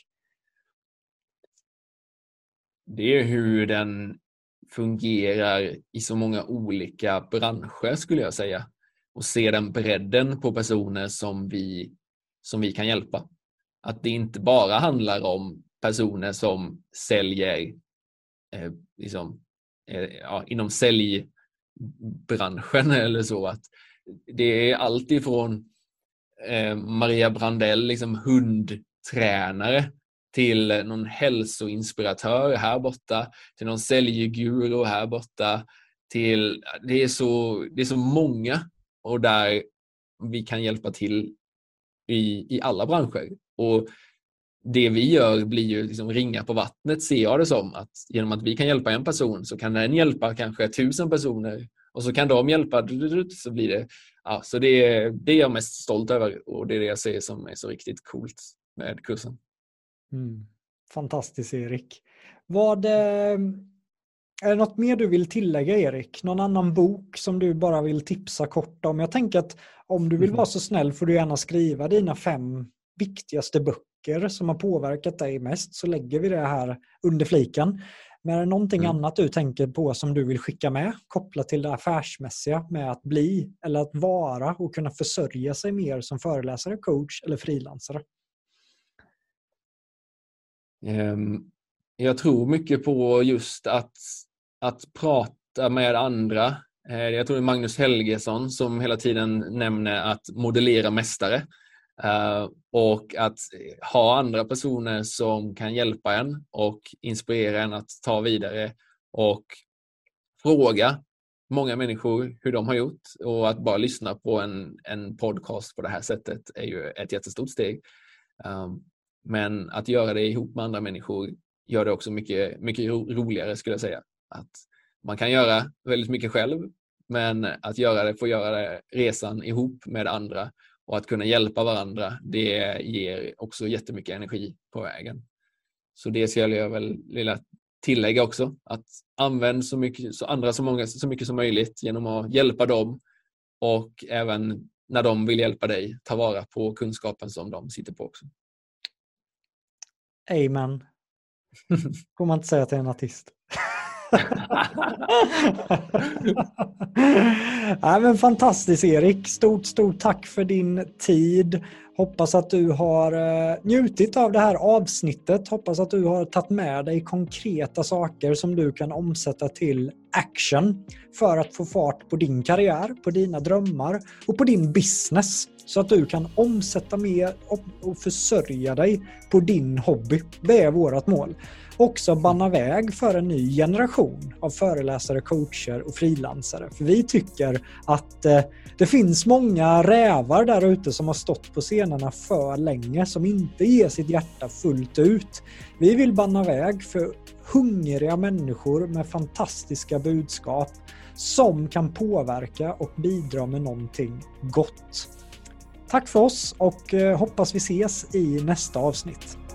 Det är hur den fungerar i så många olika branscher skulle jag säga. Och se den bredden på personer som vi, som vi kan hjälpa. Att det inte bara handlar om personer som säljer eh, liksom, eh, ja, inom säljbranschen eller så. Att det är allt ifrån eh, Maria Brandell, liksom hundtränare, till någon hälsoinspiratör här borta, till någon säljguru här borta, till det är så det är så många och där vi kan hjälpa till i, i alla branscher. Och det vi gör blir ju liksom ringa på vattnet, ser jag det som. Att genom att vi kan hjälpa en person så kan den hjälpa kanske tusen personer. Och så kan de hjälpa, så blir det... Ja, så det är det är jag mest stolt över, och det är det jag ser som är så riktigt coolt med kursen. Mm. Fantastiskt, Erik. Vad, är det något mer du vill tillägga, Erik? Någon annan bok som du bara vill tipsa kort om? Jag tänker att om du vill vara så snäll får du gärna skriva dina fem viktigaste böcker som har påverkat dig mest, så lägger vi det här under fliken. Men är det någonting mm. annat du tänker på som du vill skicka med, kopplat till det affärsmässiga med att bli eller att vara och kunna försörja sig mer som föreläsare, coach eller frilansare? Um, jag tror mycket på just att, att prata med andra. Uh, jag tror det är Magnus Helgesson som hela tiden nämner att modellera mästare. Uh, och att ha andra personer som kan hjälpa en och inspirera en att ta vidare och fråga många människor hur de har gjort, och att bara lyssna på en, en podcast på det här sättet är ju ett jättestort steg. Um, men att göra det ihop med andra människor gör det också mycket, mycket ro, roligare, skulle jag säga. Att man kan göra väldigt mycket själv, men att göra det, få göra det, resan ihop med andra och att kunna hjälpa varandra, det ger också jättemycket energi på vägen. Så det skulle jag väl vilja tillägga också. Att använda så mycket, så andra så, många, så mycket som möjligt genom att hjälpa dem. Och även när de vill hjälpa dig, ta vara på kunskapen som de sitter på också. Amen. Får man inte säga till en artist. Nej, men fantastiskt, Erik. Stort, stort tack för din tid. Hoppas att du har uh, njutit av det här avsnittet. Hoppas att du har tagit med dig konkreta saker som du kan omsätta till action för att få fart på din karriär, på dina drömmar och på din business. Så att du kan omsätta mer och, och försörja dig på din hobby. Det är vårt mål. Också bana väg för en ny generation av föreläsare, coacher och frilansare. För vi tycker att eh, det finns många rävar där ute som har stått på scenerna för länge, som inte ger sitt hjärta fullt ut. Vi vill bana väg för hungriga människor med fantastiska budskap som kan påverka och bidra med någonting gott. Tack för oss och eh, hoppas vi ses i nästa avsnitt.